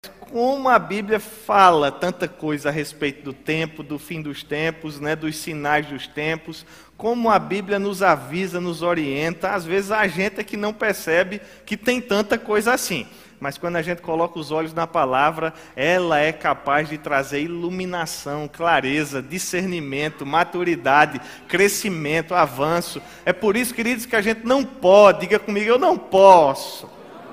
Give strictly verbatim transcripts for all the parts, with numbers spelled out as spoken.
como a Bíblia fala tanta coisa a respeito do tempo, do fim dos tempos, né, dos sinais dos tempos, como a Bíblia nos avisa, nos orienta. Às vezes a gente é que não percebe que tem tanta coisa assim. Mas quando a gente coloca os olhos na palavra, ela é capaz de trazer iluminação, clareza, discernimento, maturidade, crescimento, avanço. É por isso, queridos, que a gente não pode, diga comigo, eu não posso.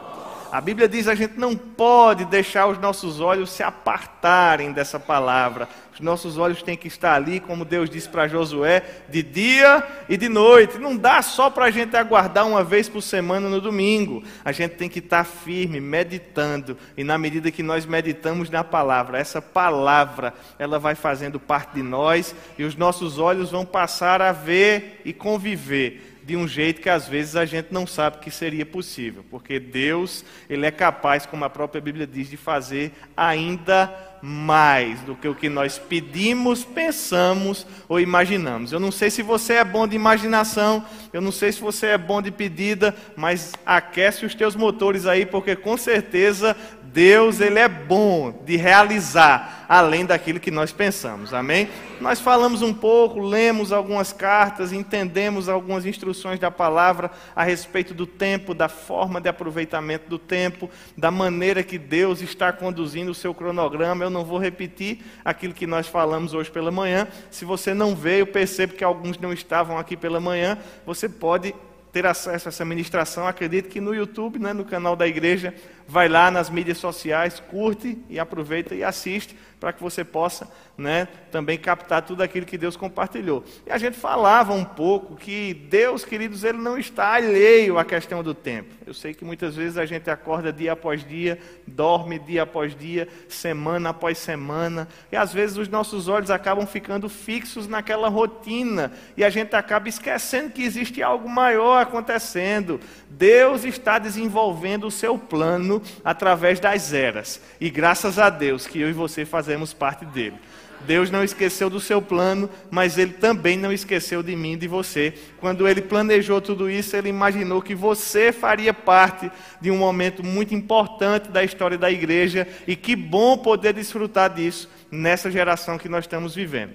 A Bíblia diz que a gente não pode deixar os nossos olhos se apartarem dessa palavra. Os nossos olhos têm que estar ali, como Deus disse para Josué, de dia e de noite. Não dá só para a gente aguardar uma vez por semana no domingo. A gente tem que estar firme, meditando. E na medida que nós meditamos na palavra, essa palavra, ela vai fazendo parte de nós. E os nossos olhos vão passar a ver e conviver de um jeito que às vezes a gente não sabe que seria possível, porque Deus, Ele é capaz, como a própria Bíblia diz, de fazer ainda mais do que o que nós pedimos, pensamos ou imaginamos. Eu não sei se você é bom de imaginação, eu não sei se você é bom de pedida, mas aquece os teus motores aí, porque com certeza Deus, Ele é bom de realizar além daquilo que nós pensamos, amém? Nós falamos um pouco, lemos algumas cartas, entendemos algumas instruções da palavra a respeito do tempo, da forma de aproveitamento do tempo, da maneira que Deus está conduzindo o seu cronograma. Eu não vou repetir aquilo que nós falamos hoje pela manhã. Se você não veio, eu percebo que alguns não estavam aqui pela manhã, você pode ter acesso a essa ministração. Acredito que no YouTube, né, no canal da igreja, vai lá nas mídias sociais, curte e aproveita e assiste, para que você possa, né, também captar tudo aquilo que Deus compartilhou. E a gente falava um pouco que Deus, queridos, Ele não está alheio à questão do tempo. Eu sei que muitas vezes a gente acorda dia após dia, dorme dia após dia, semana após semana, e às vezes os nossos olhos acabam ficando fixos naquela rotina, e a gente acaba esquecendo que existe algo maior acontecendo. Deus está desenvolvendo o seu plano através das eras, e graças a Deus que eu e você fazemos parte dele. Deus não esqueceu do seu plano, mas Ele também não esqueceu de mim e de você. Quando Ele planejou tudo isso, Ele imaginou que você faria parte de um momento muito importante da história da igreja, e que bom poder desfrutar disso nessa geração que nós estamos vivendo.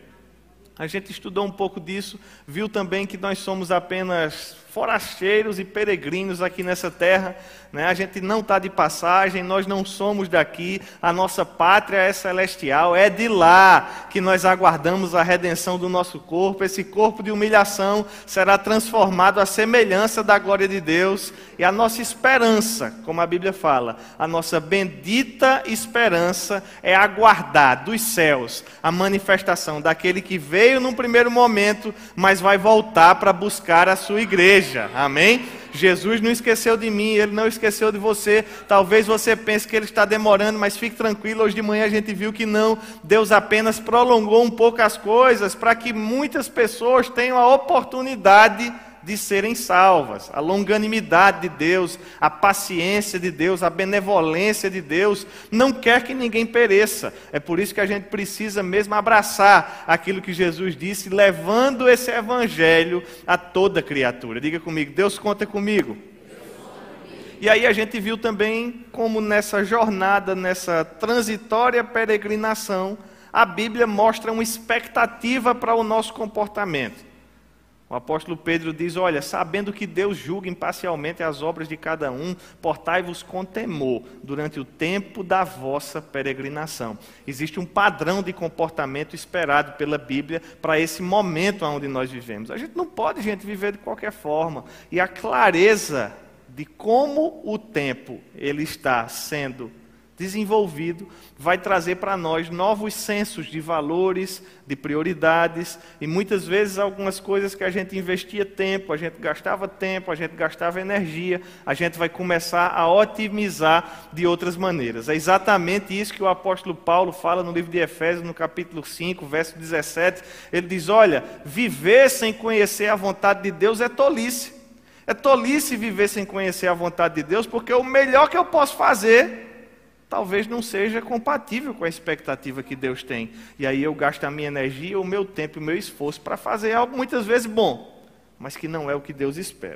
A gente estudou um pouco disso, viu também que nós somos apenas forasteiros e peregrinos aqui nessa terra, né? A gente não está de passagem, nós não somos daqui, a nossa pátria é celestial, é de lá que nós aguardamos a redenção do nosso corpo. Esse corpo de humilhação será transformado à semelhança da glória de Deus, e a nossa esperança, como a Bíblia fala, a nossa bendita esperança é aguardar dos céus a manifestação daquele que veio num primeiro momento, mas vai voltar para buscar a sua igreja. Amém? Jesus não esqueceu de mim, Ele não esqueceu de você. Talvez você pense que Ele está demorando, mas fique tranquilo, hoje de manhã a gente viu que não. Deus apenas prolongou um pouco as coisas para que muitas pessoas tenham a oportunidade de serem salvas. A longanimidade de Deus, a paciência de Deus, a benevolência de Deus não quer que ninguém pereça. É por isso que a gente precisa mesmo abraçar aquilo que Jesus disse, levando esse evangelho a toda criatura. Diga comigo, Deus conta comigo. E aí a gente viu também como nessa jornada, nessa transitória peregrinação, a Bíblia mostra uma expectativa para o nosso comportamento. O apóstolo Pedro diz, olha, sabendo que Deus julga imparcialmente as obras de cada um, portai-vos com temor durante o tempo da vossa peregrinação. Existe um padrão de comportamento esperado pela Bíblia para esse momento onde nós vivemos. A gente não pode, gente, viver de qualquer forma. E a clareza de como o tempo ele está sendo desenvolvido, vai trazer para nós novos sensos de valores, de prioridades, e muitas vezes algumas coisas que a gente investia tempo, a gente gastava tempo, a gente gastava energia, a gente vai começar a otimizar de outras maneiras. É exatamente isso que o apóstolo Paulo fala no livro de Efésios, no capítulo cinco, verso dezessete, ele diz, olha, viver sem conhecer a vontade de Deus é tolice. É tolice viver sem conhecer a vontade de Deus, porque o melhor que eu posso fazer talvez não seja compatível com a expectativa que Deus tem. E aí eu gasto a minha energia, o meu tempo e o meu esforço para fazer algo muitas vezes bom, mas que não é o que Deus espera.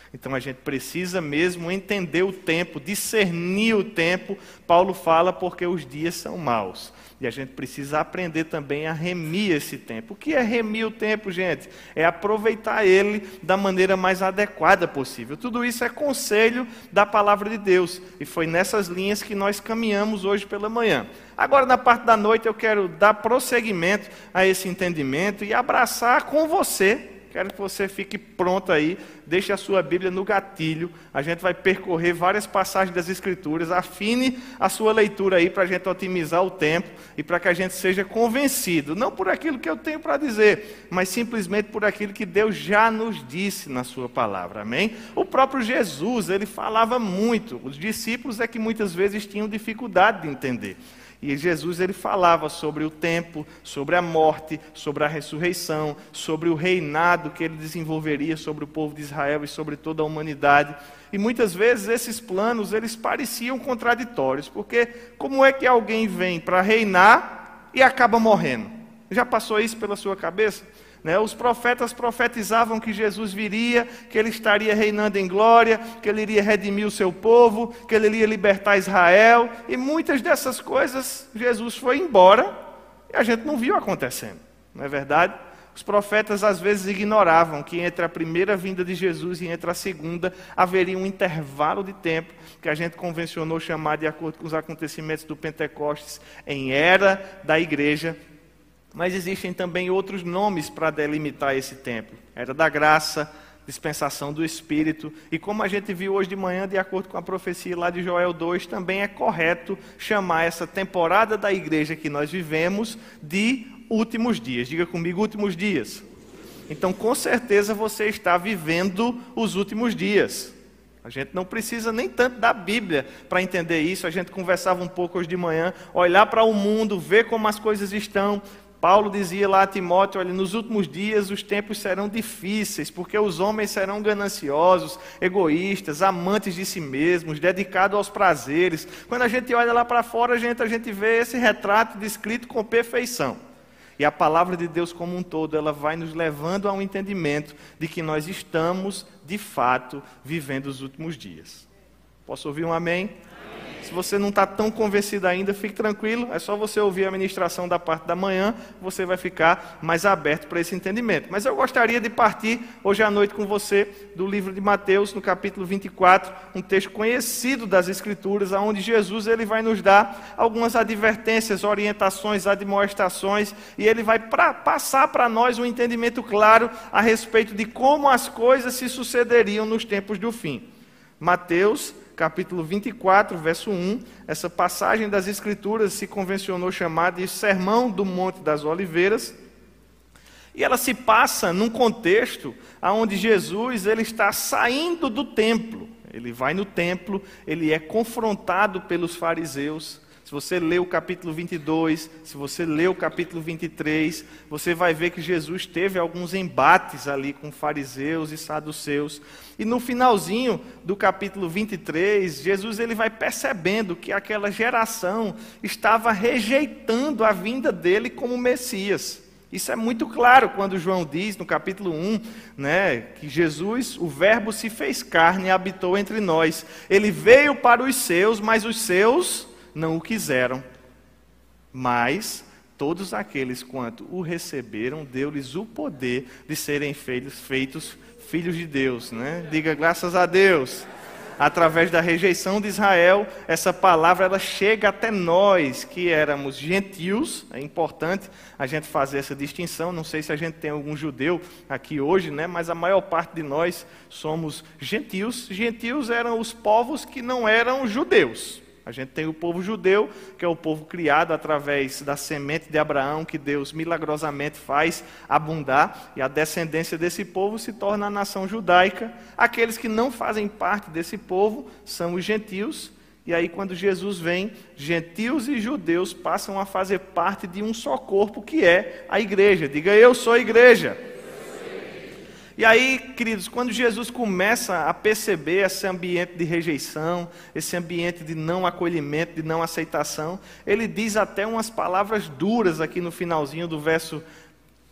Então a gente precisa mesmo entender o tempo, discernir o tempo. Paulo fala porque os dias são maus. E a gente precisa aprender também a remir esse tempo. O que é remir o tempo, gente? É aproveitar ele da maneira mais adequada possível. Tudo isso é conselho da palavra de Deus. E foi nessas linhas que nós caminhamos hoje pela manhã. Agora, na parte da noite, eu quero dar prosseguimento a esse entendimento e abraçar com você. Quero que você fique pronto aí, deixe a sua Bíblia no gatilho. A gente vai percorrer várias passagens das Escrituras. Afine a sua leitura aí para a gente otimizar o tempo e para que a gente seja convencido. Não por aquilo que eu tenho para dizer, mas simplesmente por aquilo que Deus já nos disse na sua palavra. Amém? O próprio Jesus, ele falava muito. Os discípulos é que muitas vezes tinham dificuldade de entender. E Jesus ele falava sobre o tempo, sobre a morte, sobre a ressurreição, sobre o reinado que ele desenvolveria sobre o povo de Israel e sobre toda a humanidade. E muitas vezes esses planos eles pareciam contraditórios, porque como é que alguém vem para reinar e acaba morrendo? Já passou isso pela sua cabeça? Né? Os profetas profetizavam que Jesus viria, que ele estaria reinando em glória, que ele iria redimir o seu povo, que ele iria libertar Israel, e muitas dessas coisas Jesus foi embora e a gente não viu acontecendo, não é verdade? Os profetas às vezes ignoravam que entre a primeira vinda de Jesus e entre a segunda haveria um intervalo de tempo que a gente convencionou chamar, de acordo com os acontecimentos do Pentecostes, em era da igreja. Mas existem também outros nomes para delimitar esse tempo. Era da graça, dispensação do Espírito. E como a gente viu hoje de manhã, de acordo com a profecia lá de Joel dois, também é correto chamar essa temporada da igreja que nós vivemos de últimos dias. Diga comigo, últimos dias. Então, com certeza, você está vivendo os últimos dias. A gente não precisa nem tanto da Bíblia para entender isso. A gente conversava um pouco hoje de manhã, olhar para o mundo, ver como as coisas estão. Paulo dizia lá a Timóteo, olha, nos últimos dias os tempos serão difíceis, porque os homens serão gananciosos, egoístas, amantes de si mesmos, dedicados aos prazeres. Quando a gente olha lá para fora, a gente, a gente vê esse retrato descrito com perfeição. E a palavra de Deus como um todo, ela vai nos levando a um entendimento de que nós estamos, de fato, vivendo os últimos dias. Posso ouvir um amém? Se você não está tão convencido ainda, fique tranquilo, é só você ouvir a ministração da parte da manhã, você vai ficar mais aberto para esse entendimento. Mas eu gostaria de partir hoje à noite com você do livro de Mateus, no capítulo vinte e quatro, um texto conhecido das Escrituras, onde Jesus ele vai nos dar algumas advertências, orientações, admoestações, e ele vai pra, passar para nós um entendimento claro a respeito de como as coisas se sucederiam nos tempos do fim. Mateus, capítulo vinte e quatro, verso um, essa passagem das Escrituras se convencionou chamar de Sermão do Monte das Oliveiras, e ela se passa num contexto onde Jesus ele está saindo do templo. Ele vai no templo, ele é confrontado pelos fariseus. Se você lê o capítulo vinte e dois, se você lê o capítulo vinte e três, você vai ver que Jesus teve alguns embates ali com fariseus e saduceus. E no finalzinho do capítulo vinte e três, Jesus ele vai percebendo que aquela geração estava rejeitando a vinda dele como Messias. Isso é muito claro quando João diz no capítulo um, né, que Jesus, o verbo se fez carne e habitou entre nós. Ele veio para os seus, mas os seus não o quiseram, mas todos aqueles quanto o receberam, deu-lhes o poder de serem feitos, feitos filhos de Deus, né? Diga graças a Deus. Através da rejeição de Israel, essa palavra ela chega até nós, que éramos gentios. É importante a gente fazer essa distinção. Não sei se a gente tem algum judeu aqui hoje, né? Mas a maior parte de nós somos gentios. Gentios eram os povos que não eram judeus. A gente tem o povo judeu, que é o povo criado através da semente de Abraão, que Deus milagrosamente faz abundar, e a descendência desse povo se torna a nação judaica. Aqueles que não fazem parte desse povo são os gentios, e aí quando Jesus vem, gentios e judeus passam a fazer parte de um só corpo, que é a igreja. Diga, eu sou a igreja. E aí, queridos, quando Jesus começa a perceber esse ambiente de rejeição, esse ambiente de não acolhimento, de não aceitação, ele diz até umas palavras duras aqui no finalzinho do verso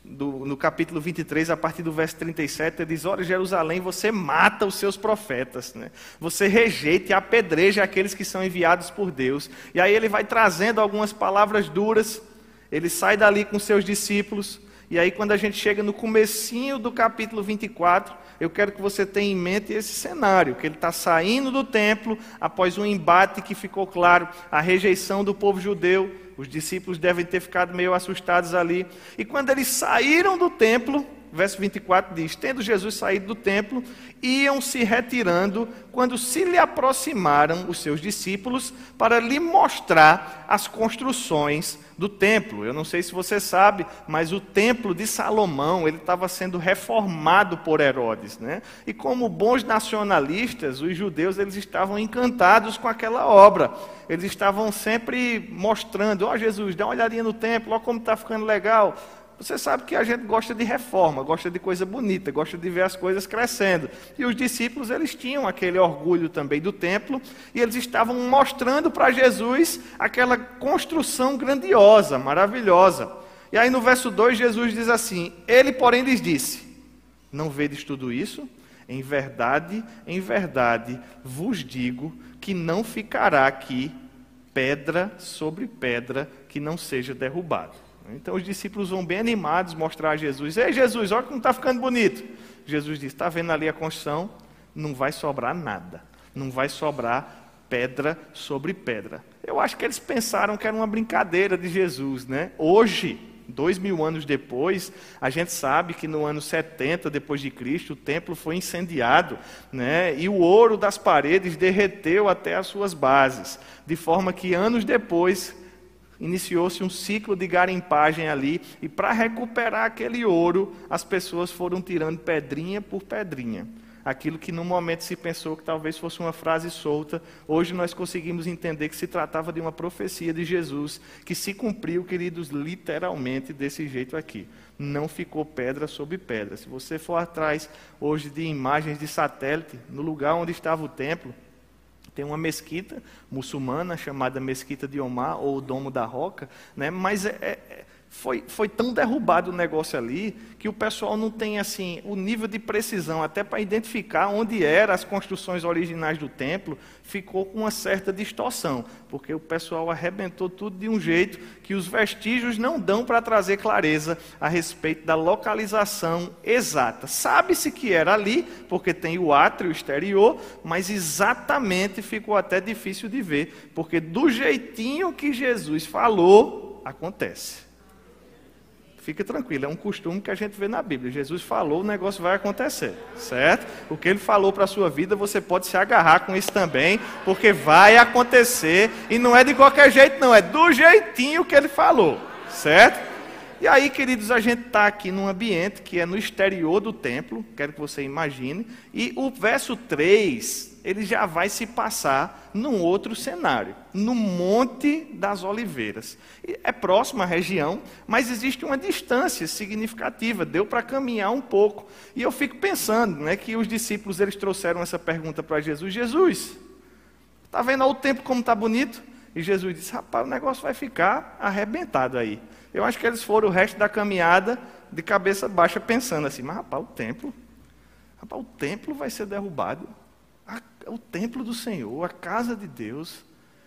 do, no capítulo vinte e três, a partir do verso trinta e sete, ele diz: ora, Jerusalém, você mata os seus profetas, né? Você rejeita e apedreja aqueles que são enviados por Deus. E aí ele vai trazendo algumas palavras duras, ele sai dali com seus discípulos, e aí quando a gente chega no comecinho do capítulo vinte e quatro, eu quero que você tenha em mente esse cenário, que ele está saindo do templo, após um embate que ficou claro, a rejeição do povo judeu. Os discípulos devem ter ficado meio assustados ali. E quando eles saíram do templo, verso vinte e quatro diz: tendo Jesus saído do templo, iam se retirando, quando se lhe aproximaram os seus discípulos para lhe mostrar as construções do templo. Eu não sei se você sabe, mas o templo de Salomão, ele estava sendo reformado por Herodes, né? E como bons nacionalistas, os judeus, eles estavam encantados com aquela obra. Eles estavam sempre mostrando: ó, Jesus, dá uma olhadinha no templo, ó como está ficando legal. Você sabe que a gente gosta de reforma, gosta de coisa bonita, gosta de ver as coisas crescendo. E os discípulos, eles tinham aquele orgulho também do templo, e eles estavam mostrando para Jesus aquela construção grandiosa, maravilhosa. E aí no verso dois, Jesus diz assim: ele, porém, lhes disse: não vedes tudo isso? Em verdade, em verdade, vos digo que não ficará aqui pedra sobre pedra que não seja derrubada. Então os discípulos vão bem animados mostrar a Jesus: ei, Jesus, olha como está ficando bonito. Jesus diz: está vendo ali a construção? Não vai sobrar nada. Não vai sobrar pedra sobre pedra. Eu acho que eles pensaram que era uma brincadeira de Jesus, né? Hoje, dois mil anos depois, a gente sabe que no ano setenta depois de Cristo, o templo foi incendiado, né? E o ouro das paredes derreteu até as suas bases. De forma que anos depois iniciou-se um ciclo de garimpagem ali, e para recuperar aquele ouro, as pessoas foram tirando pedrinha por pedrinha. Aquilo que no momento se pensou que talvez fosse uma frase solta, hoje nós conseguimos entender que se tratava de uma profecia de Jesus, que se cumpriu, queridos, literalmente desse jeito aqui. Não ficou pedra sobre pedra. Se você for atrás hoje de imagens de satélite, no lugar onde estava o templo, tem uma mesquita muçulmana chamada Mesquita de Omar, ou o Domo da Roca, né? Mas é, é, foi, foi tão derrubado o negócio ali, que o pessoal não tem assim, o nível de precisão, até para identificar onde eram as construções originais do templo, ficou com uma certa distorção, porque o pessoal arrebentou tudo de um jeito que os vestígios não dão para trazer clareza a respeito da localização exata. Sabe-se que era ali, porque tem o átrio exterior, mas exatamente ficou até difícil de ver, porque do jeitinho que Jesus falou, acontece. Fica tranquilo, é um costume que a gente vê na Bíblia. Jesus falou, o negócio vai acontecer, certo? O que ele falou para a sua vida, você pode se agarrar com isso também, porque vai acontecer, e não é de qualquer jeito não, é do jeitinho que ele falou, certo? E aí, queridos, a gente está aqui num ambiente que é no exterior do templo, quero que você imagine, e o verso três, ele já vai se passar num outro cenário, no Monte das Oliveiras. É próximo à região, mas existe uma distância significativa, deu para caminhar um pouco. E eu fico pensando, né, que os discípulos, eles trouxeram essa pergunta para Jesus: Jesus, está vendo o templo como está bonito? E Jesus disse: rapaz, o negócio vai ficar arrebentado aí. Eu acho que eles foram o resto da caminhada de cabeça baixa pensando assim: mas rapaz, o templo, rapaz, o templo vai ser derrubado. O templo do Senhor, a casa de Deus.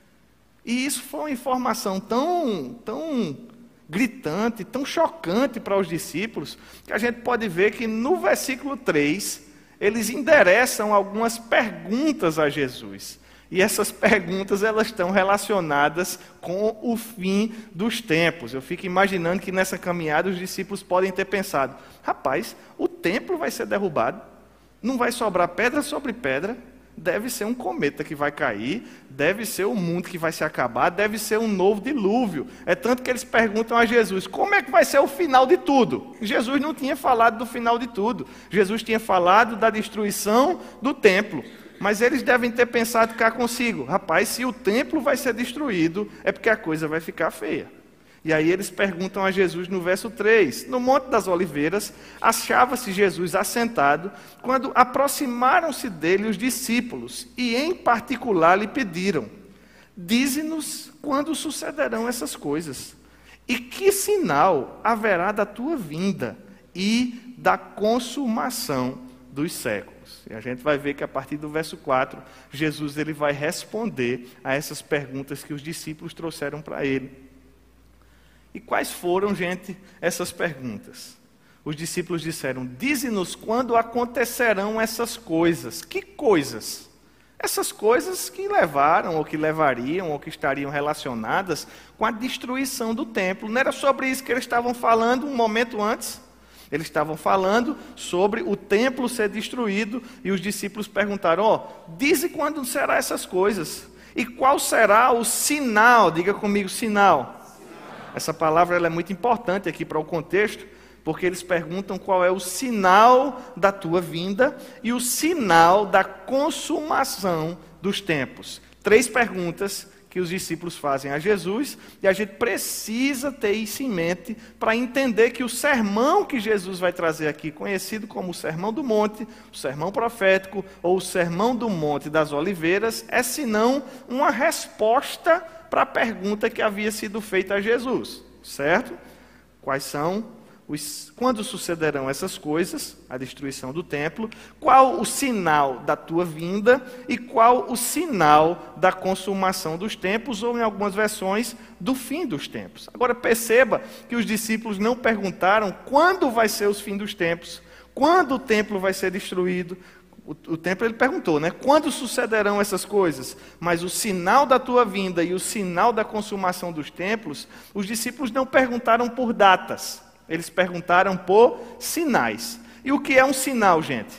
E isso foi uma informação tão, tão gritante, tão chocante para os discípulos, que a gente pode ver que no versículo três, eles endereçam algumas perguntas a Jesus. E essas perguntas, elas estão relacionadas com o fim dos tempos. Eu fico imaginando que nessa caminhada os discípulos podem ter pensado: rapaz, o templo vai ser derrubado, não vai sobrar pedra sobre pedra, deve ser um cometa que vai cair, deve ser o mundo que vai se acabar, deve ser um novo dilúvio. É tanto que eles perguntam a Jesus: como é que vai ser o final de tudo? Jesus não tinha falado do final de tudo. Jesus tinha falado da destruição do templo. Mas eles devem ter pensado cá consigo: rapaz, se o templo vai ser destruído, é porque a coisa vai ficar feia. E aí eles perguntam a Jesus no verso três. No Monte das Oliveiras, achava-se Jesus assentado, quando aproximaram-se dele os discípulos, e em particular lhe pediram: dize-nos quando sucederão essas coisas, E que sinal haverá da tua vinda e da consumação dos séculos? E a gente vai ver que a partir do verso quatro, Jesus ele vai responder a essas perguntas que os discípulos trouxeram para ele. E quais foram, gente, essas perguntas? Os discípulos disseram: dize-nos quando acontecerão essas coisas. Que coisas? Essas coisas que levaram, ou que levariam, ou que estariam relacionadas com a destruição do templo. Não era sobre isso que eles estavam falando um momento antes? Eles estavam falando sobre o templo ser destruído, e os discípulos perguntaram: ó, oh, dize quando serão essas coisas, e qual será o sinal? Diga comigo, sinal. sinal. Essa palavra ela é muito importante aqui para o contexto, porque eles perguntam qual é o sinal da tua vinda e o sinal da consumação dos tempos. Três perguntas que os discípulos fazem a Jesus, e a gente precisa ter isso em mente para entender que o sermão que Jesus vai trazer aqui, conhecido como o Sermão do Monte, o Sermão Profético ou o Sermão do Monte das Oliveiras, é senão uma resposta para a pergunta que havia sido feita a Jesus, certo? Quais são Os, quando sucederão essas coisas, a destruição do templo, qual o sinal da tua vinda e qual o sinal da consumação dos tempos, ou em algumas versões, do fim dos tempos. Agora perceba que os discípulos não perguntaram quando vai ser os fim dos tempos, quando o templo vai ser destruído. O, o templo ele perguntou, né? Quando sucederão essas coisas? Mas o sinal da tua vinda e o sinal da consumação dos templos, os discípulos não perguntaram por datas. Eles perguntaram por sinais. E o que é um sinal, gente?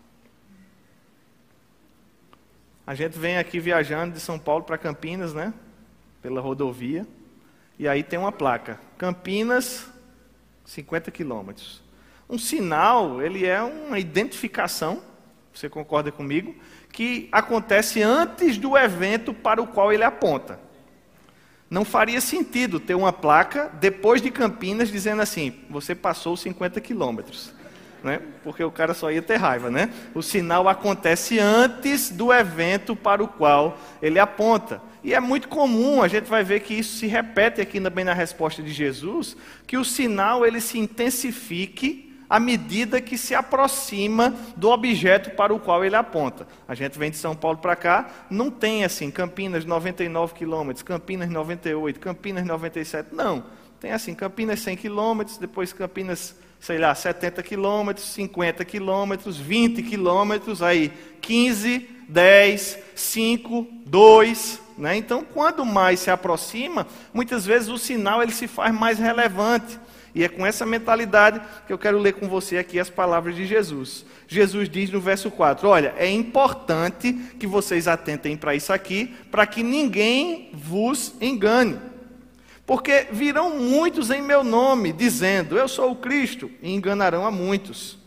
A gente vem aqui viajando de São Paulo para Campinas, né? Pela rodovia. E aí tem uma placa. Campinas, cinquenta quilômetros. Um sinal, ele é uma identificação, você concorda comigo, que acontece antes do evento para o qual ele aponta. Não faria sentido ter uma placa depois de Campinas dizendo assim: você passou cinquenta quilômetros, né? Porque o cara só ia ter raiva, né? O sinal acontece antes do evento para o qual ele aponta. E é muito comum, a gente vai ver que isso se repete aqui também na resposta de Jesus, que o sinal ele se intensifique à medida que se aproxima do objeto para o qual ele aponta. A gente vem de São Paulo para cá, não tem assim, Campinas noventa e nove quilômetros, Campinas noventa e oito, Campinas noventa e sete, não. Tem assim, Campinas cem quilômetros, depois Campinas, sei lá, setenta quilômetros, cinquenta quilômetros, vinte quilômetros, aí quinze, dez, cinco, dois... Né? Então, quando mais se aproxima, muitas vezes o sinal ele se faz mais relevante. E é com essa mentalidade que eu quero ler com você aqui as palavras de Jesus. Jesus diz no verso quatro, olha, é importante que vocês atentem para isso aqui, para que ninguém vos engane. Porque virão muitos em meu nome, dizendo, eu sou o Cristo, e enganarão a muitos.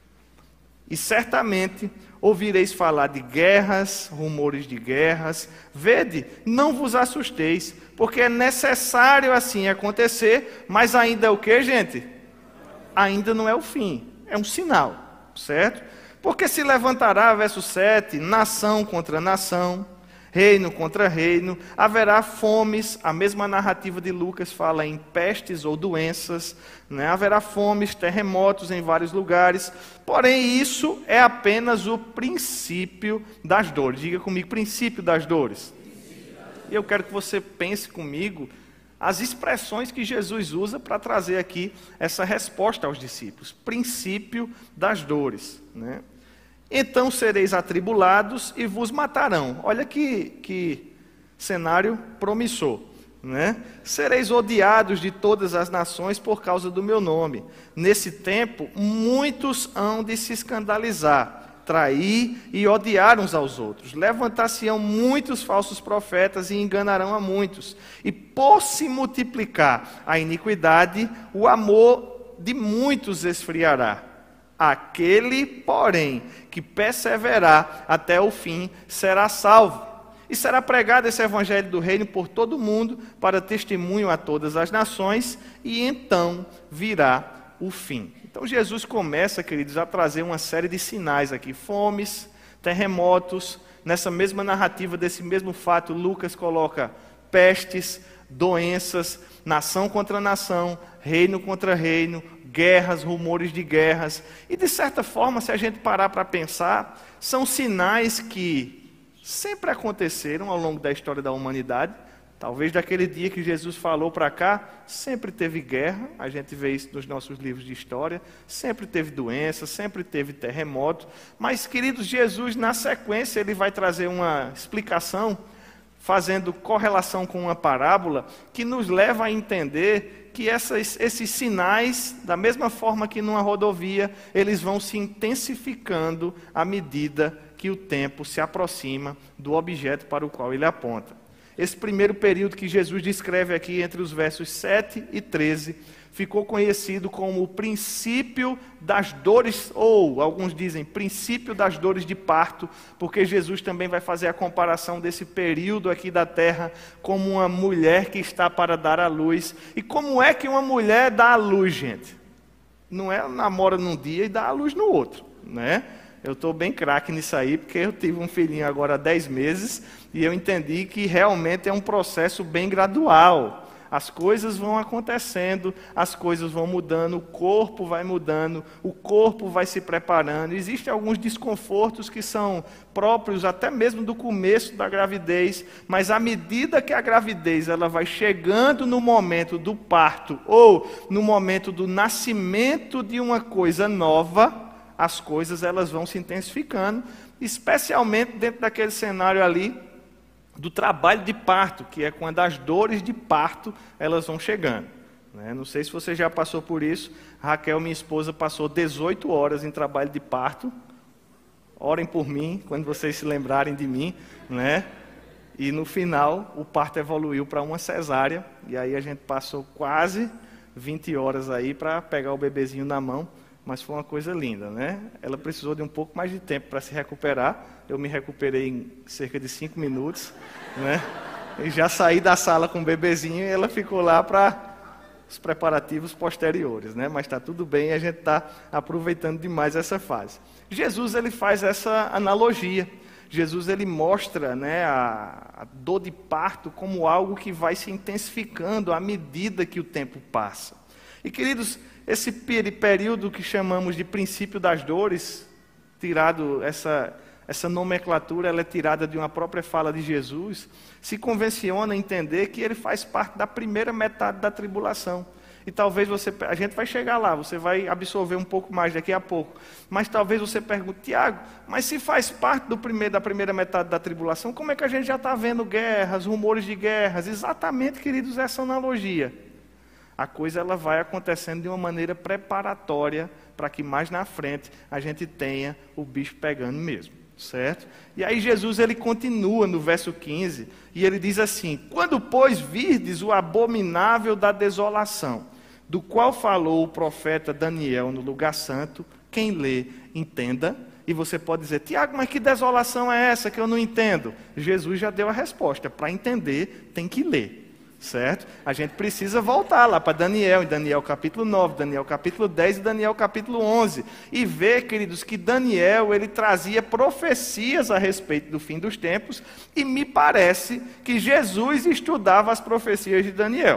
E certamente ouvireis falar de guerras, rumores de guerras. Vede, não vos assusteis, porque é necessário assim acontecer, mas ainda é o que, gente? Ainda não é o fim, é um sinal, certo? Porque se levantará, verso sete, nação contra nação, reino contra reino, haverá fomes, a mesma narrativa de Lucas fala em pestes ou doenças, né? Haverá fomes, terremotos em vários lugares, porém isso é apenas o princípio das dores. Diga comigo, princípio das dores. E eu quero que você pense comigo as expressões que Jesus usa para trazer aqui essa resposta aos discípulos. Princípio das dores, né? Então sereis atribulados e vos matarão. Olha que, que cenário promissor, né? Sereis odiados de todas as nações por causa do meu nome. Nesse tempo, muitos hão de se escandalizar, trair e odiar uns aos outros. Levantar-se-ão muitos falsos profetas e enganarão a muitos. E por se multiplicar a iniquidade, o amor de muitos esfriará. Aquele, porém, que perseverar até o fim, será salvo. E será pregado esse evangelho do reino por todo o mundo, para testemunho a todas as nações, e então virá o fim. Então Jesus começa, queridos, a trazer uma série de sinais aqui. Fomes, terremotos, nessa mesma narrativa desse mesmo fato, Lucas coloca pestes, doenças, nação contra nação, reino contra reino, guerras, rumores de guerras. E de certa forma, se a gente parar para pensar, são sinais que sempre aconteceram ao longo da história da humanidade. Talvez daquele dia que Jesus falou para cá, sempre teve guerra, a gente vê isso nos nossos livros de história, sempre teve doença, sempre teve terremoto, mas, queridos, Jesus, na sequência, ele vai trazer uma explicação, fazendo correlação com uma parábola, que nos leva a entender que essas, esses sinais, da mesma forma que numa rodovia, eles vão se intensificando à medida que o tempo se aproxima do objeto para o qual ele aponta. Esse primeiro período que Jesus descreve aqui, entre os versos sete e treze, ficou conhecido como o princípio das dores, ou alguns dizem princípio das dores de parto, porque Jesus também vai fazer a comparação desse período aqui da terra como uma mulher que está para dar à luz. E como é que uma mulher dá à luz, gente? Não é namora num dia e dá à luz no outro, né? Eu estou bem craque nisso aí, porque eu tive um filhinho agora há dez meses e eu entendi que realmente é um processo bem gradual. As coisas vão acontecendo, as coisas vão mudando, o corpo vai mudando, o corpo vai se preparando. Existem alguns desconfortos que são próprios até mesmo do começo da gravidez, mas à medida que a gravidez ela vai chegando no momento do parto ou no momento do nascimento de uma coisa nova, as coisas elas vão se intensificando, especialmente dentro daquele cenário ali do trabalho de parto, que é quando as dores de parto elas vão chegando. Né? Não sei se você já passou por isso. Raquel, minha esposa, passou dezoito horas em trabalho de parto. Orem por mim, quando vocês se lembrarem de mim, né? E no final o parto evoluiu para uma cesárea, e aí a gente passou quase vinte horas aí para pegar o bebezinho na mão. Mas foi uma coisa linda, né? Ela precisou de um pouco mais de tempo para se recuperar. Eu me recuperei em cerca de cinco minutos, né? E já saí da sala com o bebezinho e ela ficou lá para os preparativos posteriores, né? Mas está tudo bem e a gente está aproveitando demais essa fase. Jesus, ele faz essa analogia. Jesus, ele mostra, né, a, a dor de parto como algo que vai se intensificando à medida que o tempo passa. E, queridos, esse período que chamamos de princípio das dores, tirado essa, essa nomenclatura, ela é tirada de uma própria fala de Jesus, se convenciona a entender que ele faz parte da primeira metade da tribulação. E talvez você, a gente vai chegar lá, você vai absorver um pouco mais daqui a pouco, mas talvez você pergunte, Tiago, mas se faz parte do primeiro, da primeira metade da tribulação, como é que a gente já está vendo guerras, rumores de guerras? Exatamente, queridos, essa analogia. A coisa ela vai acontecendo de uma maneira preparatória para que mais na frente a gente tenha o bicho pegando mesmo, certo? E aí Jesus ele continua no verso quinze e ele diz assim: quando, pois, virdes o abominável da desolação, do qual falou o profeta Daniel no lugar santo, quem lê, entenda. E você pode dizer, Tiago, mas que desolação é essa que eu não entendo? Jesus já deu a resposta, para entender tem que ler. Certo? A gente precisa voltar lá para Daniel, em Daniel capítulo nove, Daniel capítulo dez e Daniel capítulo onze. E ver, queridos, que Daniel, ele trazia profecias a respeito do fim dos tempos. E me parece que Jesus estudava as profecias de Daniel.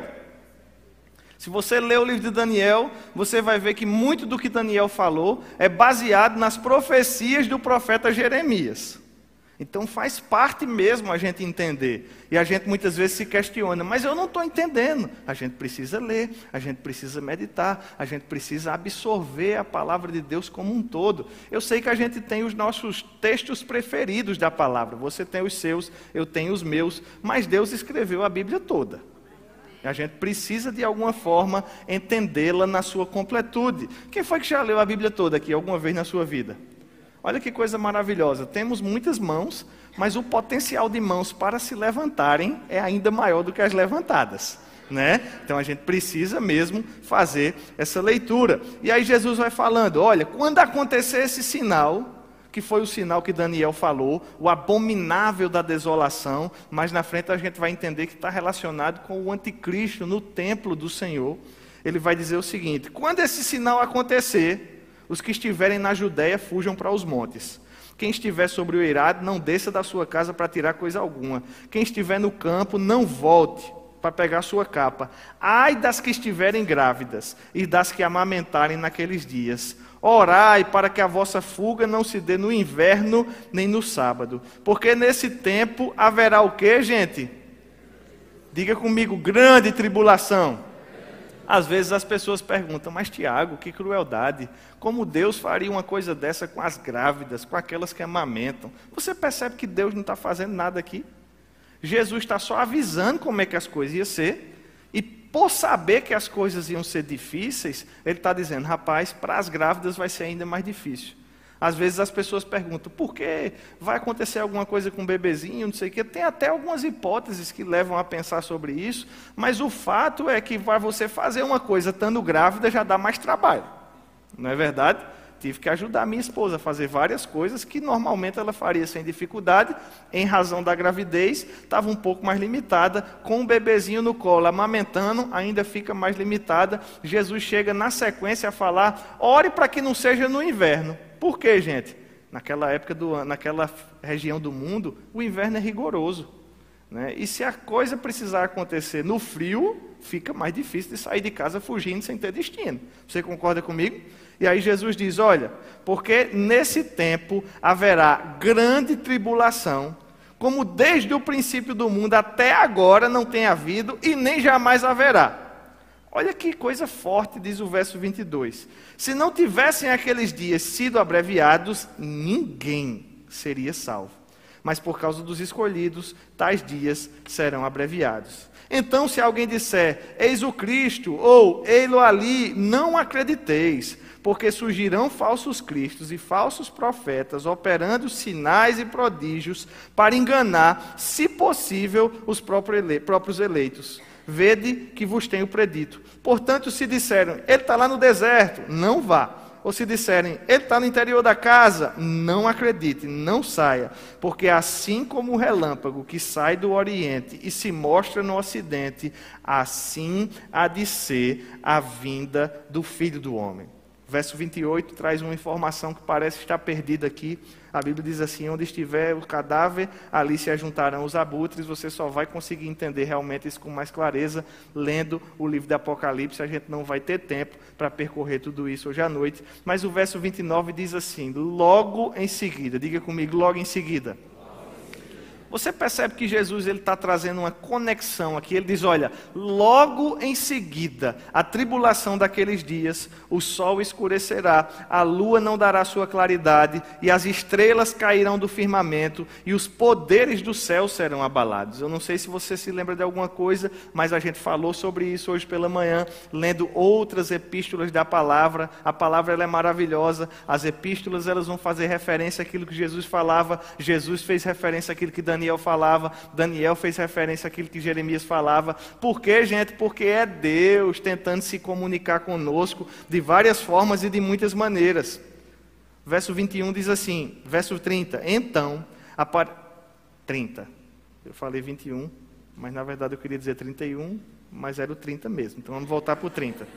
Se você ler o livro de Daniel, você vai ver que muito do que Daniel falou é baseado nas profecias do profeta Jeremias. Então faz parte mesmo a gente entender. E a gente muitas vezes se questiona, mas eu não estou entendendo. A gente precisa ler, a gente precisa meditar, a gente precisa absorver a palavra de Deus como um todo. Eu sei que a gente tem os nossos textos preferidos da palavra. Você tem os seus, eu tenho os meus, mas Deus escreveu a Bíblia toda. A gente precisa de alguma forma entendê-la na sua completude. Quem foi que já leu a Bíblia toda aqui alguma vez na sua vida? Olha que coisa maravilhosa, temos muitas mãos, mas o potencial de mãos para se levantarem é ainda maior do que as levantadas, né? Então a gente precisa mesmo fazer essa leitura. E aí Jesus vai falando, olha, quando acontecer esse sinal, que foi o sinal que Daniel falou, o abominável da desolação, mas na frente a gente vai entender que está relacionado com o anticristo no templo do Senhor. Ele vai dizer o seguinte, quando esse sinal acontecer, os que estiverem na Judéia fujam para os montes. Quem estiver sobre o eirado, não desça da sua casa para tirar coisa alguma. Quem estiver no campo, não volte para pegar a sua capa. Ai das que estiverem grávidas e das que amamentarem naqueles dias. Orai para que a vossa fuga não se dê no inverno nem no sábado. Porque nesse tempo haverá o quê, gente? Diga comigo, grande tribulação. Às vezes as pessoas perguntam, mas Tiago, que crueldade. Como Deus faria uma coisa dessa com as grávidas, com aquelas que amamentam? Você percebe que Deus não está fazendo nada aqui? Jesus está só avisando como é que as coisas iam ser. E por saber que as coisas iam ser difíceis, ele está dizendo, rapaz, para as grávidas vai ser ainda mais difícil. Às vezes as pessoas perguntam, por que vai acontecer alguma coisa com o bebezinho, não sei o quê. Tem até algumas hipóteses que levam a pensar sobre isso, mas o fato é que para você fazer uma coisa estando grávida já dá mais trabalho. Não é verdade? Tive que ajudar a minha esposa a fazer várias coisas que normalmente ela faria sem dificuldade, em razão da gravidez, estava um pouco mais limitada. Com o bebezinho no colo, amamentando, ainda fica mais limitada. Jesus chega na sequência a falar, ore para que não seja no inverno. Por quê, gente? Naquela época, do, naquela região do mundo, o inverno é rigoroso, né? E se a coisa precisar acontecer no frio, fica mais difícil de sair de casa fugindo sem ter destino. Você concorda comigo? E aí Jesus diz, olha, porque nesse tempo haverá grande tribulação, como desde o princípio do mundo até agora não tem havido e nem jamais haverá. Olha que coisa forte, diz o verso vinte e dois. Se não tivessem aqueles dias sido abreviados, ninguém seria salvo. Mas por causa dos escolhidos, tais dias serão abreviados. Então, se alguém disser, eis o Cristo, ou ei-lo ali, não acrediteis, porque surgirão falsos cristos e falsos profetas, operando sinais e prodígios, para enganar, se possível, os próprios eleitos. Vede que vos tenho predito. Portanto, se disserem, ele está lá no deserto, não vá. Ou se disserem, ele está no interior da casa, não acredite, não saia. Porque assim como o relâmpago que sai do oriente e se mostra no ocidente, assim há de ser a vinda do Filho do Homem. Verso vinte e oito traz uma informação que parece estar perdida aqui. A Bíblia diz assim, onde estiver o cadáver, ali se ajuntarão os abutres. Você só vai conseguir entender realmente isso com mais clareza lendo o livro do Apocalipse. A gente não vai ter tempo para percorrer tudo isso hoje à noite. Mas o verso vinte e nove diz assim, logo em seguida, diga comigo, logo em seguida. Você percebe que Jesus está trazendo uma conexão aqui. Ele diz, olha, logo em seguida, a tribulação daqueles dias, o sol escurecerá, a lua não dará sua claridade, e as estrelas cairão do firmamento, e os poderes do céu serão abalados. Eu não sei se você se lembra de alguma coisa, mas a gente falou sobre isso hoje pela manhã, lendo outras epístolas da palavra. A palavra ela é maravilhosa. As epístolas elas vão fazer referência àquilo que Jesus falava. Jesus fez referência àquilo que Daniel Daniel falava, Daniel fez referência àquilo que Jeremias falava. Por quê, gente? Porque é Deus tentando se comunicar conosco de várias formas e de muitas maneiras. Verso vinte e um diz assim, verso trinta, então, apare... trinta, eu falei vinte e um, mas na verdade eu queria dizer trinta e um, mas era o trinta mesmo, então vamos voltar para o trinta.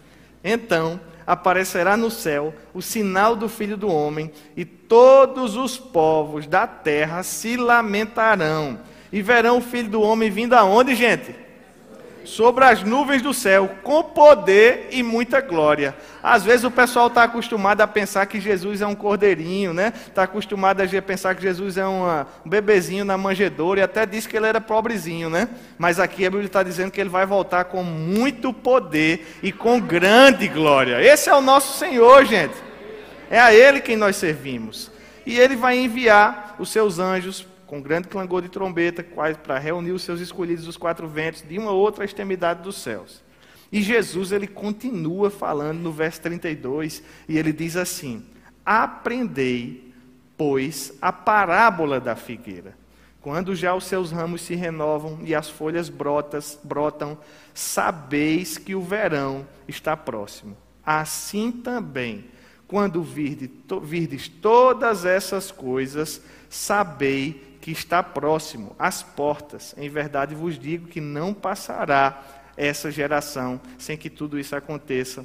Então aparecerá no céu o sinal do Filho do Homem, e todos os povos da terra se lamentarão, e verão o Filho do Homem vindo aonde, gente? Sobre as nuvens do céu, com poder e muita glória. Às vezes o pessoal está acostumado a pensar que Jesus é um cordeirinho, né? Está acostumado a pensar que Jesus é uma, um bebezinho na manjedoura, e até disse que ele era pobrezinho, né? Mas aqui a Bíblia está dizendo que ele vai voltar com muito poder e com grande glória. Esse é o nosso Senhor, gente. É a Ele quem nós servimos. E Ele vai enviar os seus anjos com grande clangor de trombeta, para reunir os seus escolhidos dos quatro ventos, de uma outra extremidade dos céus. E Jesus, ele continua falando no verso trinta e dois, e ele diz assim, aprendei, pois, a parábola da figueira. Quando já os seus ramos se renovam e as folhas brotas, brotam, sabeis que o verão está próximo. Assim também, quando virdes, to, virdes todas essas coisas, sabei que está próximo, às portas. Em verdade vos digo que não passará essa geração sem que tudo isso aconteça.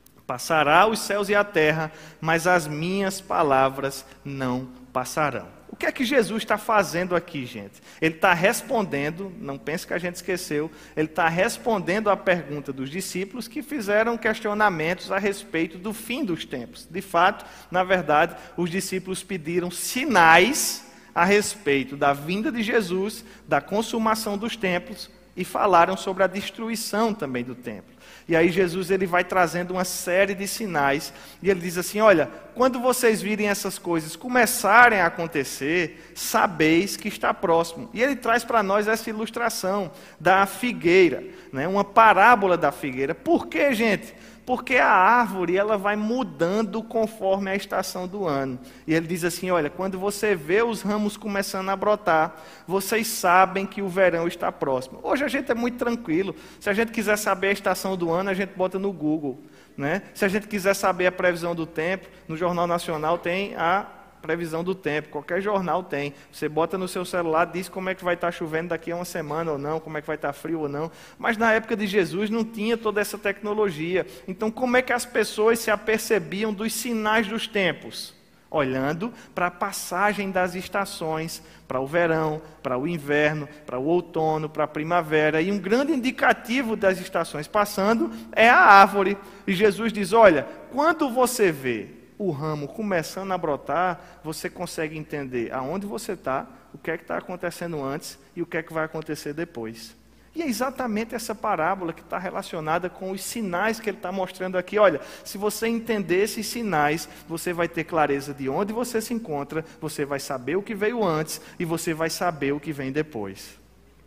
Passará os céus e a terra, mas as minhas palavras não passarão. O que é que Jesus está fazendo aqui, gente? Ele está respondendo, não pense que a gente esqueceu, ele está respondendo à pergunta dos discípulos que fizeram questionamentos a respeito do fim dos tempos. De fato, na verdade, os discípulos pediram sinais a respeito da vinda de Jesus, da consumação dos templos, e falaram sobre a destruição também do templo. E aí Jesus ele vai trazendo uma série de sinais, e ele diz assim, olha, quando vocês virem essas coisas começarem a acontecer, sabeis que está próximo. E ele traz para nós essa ilustração da figueira, né? Uma parábola da figueira. Por quê, gente? Porque a árvore ela vai mudando conforme a estação do ano. E ele diz assim, olha, quando você vê os ramos começando a brotar, vocês sabem que o verão está próximo. Hoje a gente é muito tranquilo. Se a gente quiser saber a estação do ano, a gente bota no Google, né? Se a gente quiser saber a previsão do tempo, no Jornal Nacional tem a previsão do tempo, qualquer jornal tem. Você bota no seu celular, diz como é que vai estar chovendo daqui a uma semana ou não, como é que vai estar frio ou não. Mas na época de Jesus não tinha toda essa tecnologia. Então como é que as pessoas se apercebiam dos sinais dos tempos? Olhando para a passagem das estações, para o verão, para o inverno, para o outono, para a primavera. E um grande indicativo das estações passando é a árvore. E Jesus diz, olha, quando você vê o ramo começando a brotar, você consegue entender aonde você está, o que é que está acontecendo antes e o que é que vai acontecer depois. E é exatamente essa parábola que está relacionada com os sinais que ele está mostrando aqui. Olha, se você entender esses sinais, você vai ter clareza de onde você se encontra, você vai saber o que veio antes e você vai saber o que vem depois.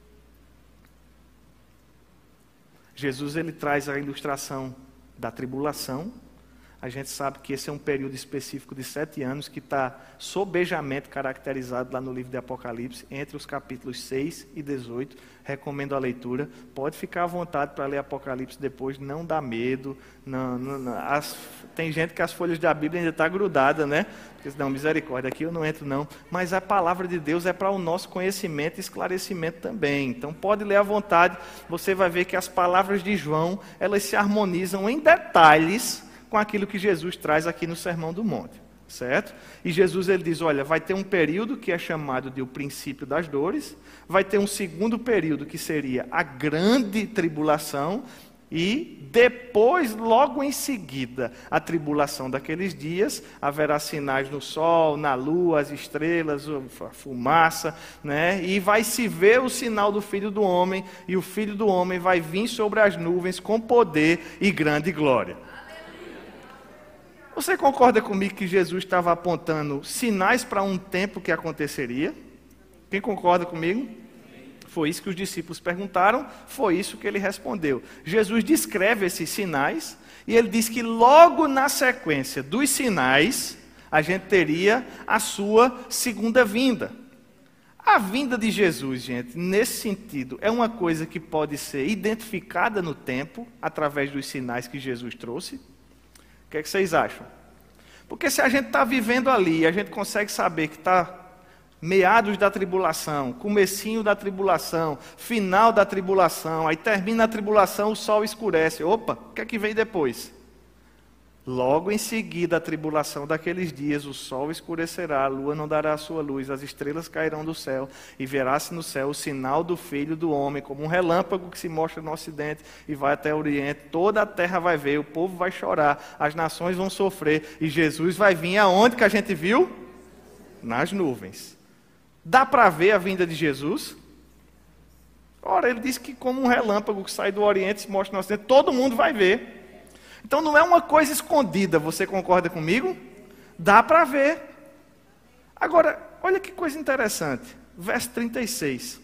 Jesus ele traz a ilustração da tribulação. A gente sabe que esse é um período específico de sete anos que está sobejamente caracterizado lá no livro de Apocalipse, entre os capítulos seis e dezoito. Recomendo a leitura. Pode ficar à vontade para ler Apocalipse depois, não dá medo. Não, não, não. As, tem gente que as folhas da Bíblia ainda estão grudadas, né? Porque não, misericórdia, aqui eu não entro não. Mas a palavra de Deus é para o nosso conhecimento e esclarecimento também. Então pode ler à vontade, você vai ver que as palavras de João, elas se harmonizam em detalhes com aquilo que Jesus traz aqui no Sermão do Monte, certo? E Jesus ele diz, olha, vai ter um período que é chamado de o princípio das dores, vai ter um segundo período que seria a grande tribulação, e depois, logo em seguida, a tribulação daqueles dias, haverá sinais no sol, na lua, as estrelas, a fumaça, né? E vai se ver o sinal do Filho do Homem, e o Filho do Homem vai vir sobre as nuvens com poder e grande glória. Você concorda comigo que Jesus estava apontando sinais para um tempo que aconteceria? Quem concorda comigo? Foi isso que os discípulos perguntaram, foi isso que ele respondeu. Jesus descreve esses sinais e ele diz que logo na sequência dos sinais, a gente teria a sua segunda vinda. A vinda de Jesus, gente, nesse sentido, é uma coisa que pode ser identificada no tempo, através dos sinais que Jesus trouxe. O que é que vocês acham? Porque se a gente está vivendo ali, a gente consegue saber que está meados da tribulação, comecinho da tribulação, final da tribulação, aí termina a tribulação, o sol escurece. Opa, o que é que vem depois? Logo em seguida a tribulação daqueles dias, o sol escurecerá, a lua não dará a sua luz, as estrelas cairão do céu, e verá-se no céu o sinal do Filho do Homem, como um relâmpago que se mostra no ocidente e vai até o oriente. Toda a terra vai ver, o povo vai chorar, as nações vão sofrer, e Jesus vai vir aonde que a gente viu? Nas nuvens. Dá para ver a vinda de Jesus? Ora, ele disse que como um relâmpago que sai do oriente e se mostra no ocidente, todo mundo vai ver. Então não é uma coisa escondida, você concorda comigo? Dá para ver. Agora, olha que coisa interessante. Verso trinta e seis.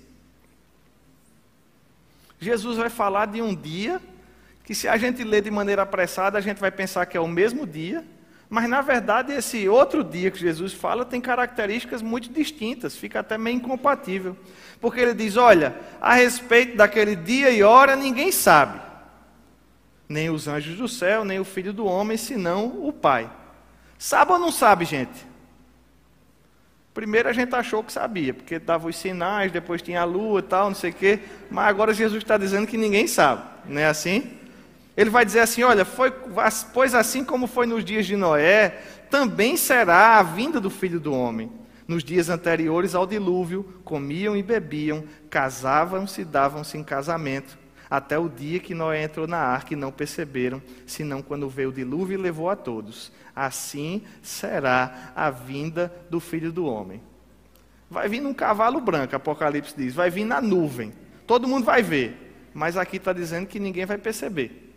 Jesus vai falar de um dia que, se a gente ler de maneira apressada, a gente vai pensar que é o mesmo dia, mas na verdade esse outro dia que Jesus fala tem características muito distintas, fica até meio incompatível. Porque ele diz, olha, a respeito daquele dia e hora ninguém sabe. Nem os anjos do céu, nem o Filho do Homem, senão o Pai. Sabe ou não sabe, gente? Primeiro a gente achou que sabia, porque dava os sinais, depois tinha a lua e tal, não sei o quê. Mas agora Jesus está dizendo que ninguém sabe, não é assim? Ele vai dizer assim, olha, foi, pois assim como foi nos dias de Noé, também será a vinda do Filho do Homem. Nos dias anteriores ao dilúvio, comiam e bebiam, casavam-se e davam-se em casamento, até o dia que Noé entrou na arca e não perceberam, senão quando veio o dilúvio e levou a todos. Assim será a vinda do Filho do Homem. Vai vir num cavalo branco, Apocalipse diz, vai vir na nuvem. Todo mundo vai ver, mas aqui está dizendo que ninguém vai perceber.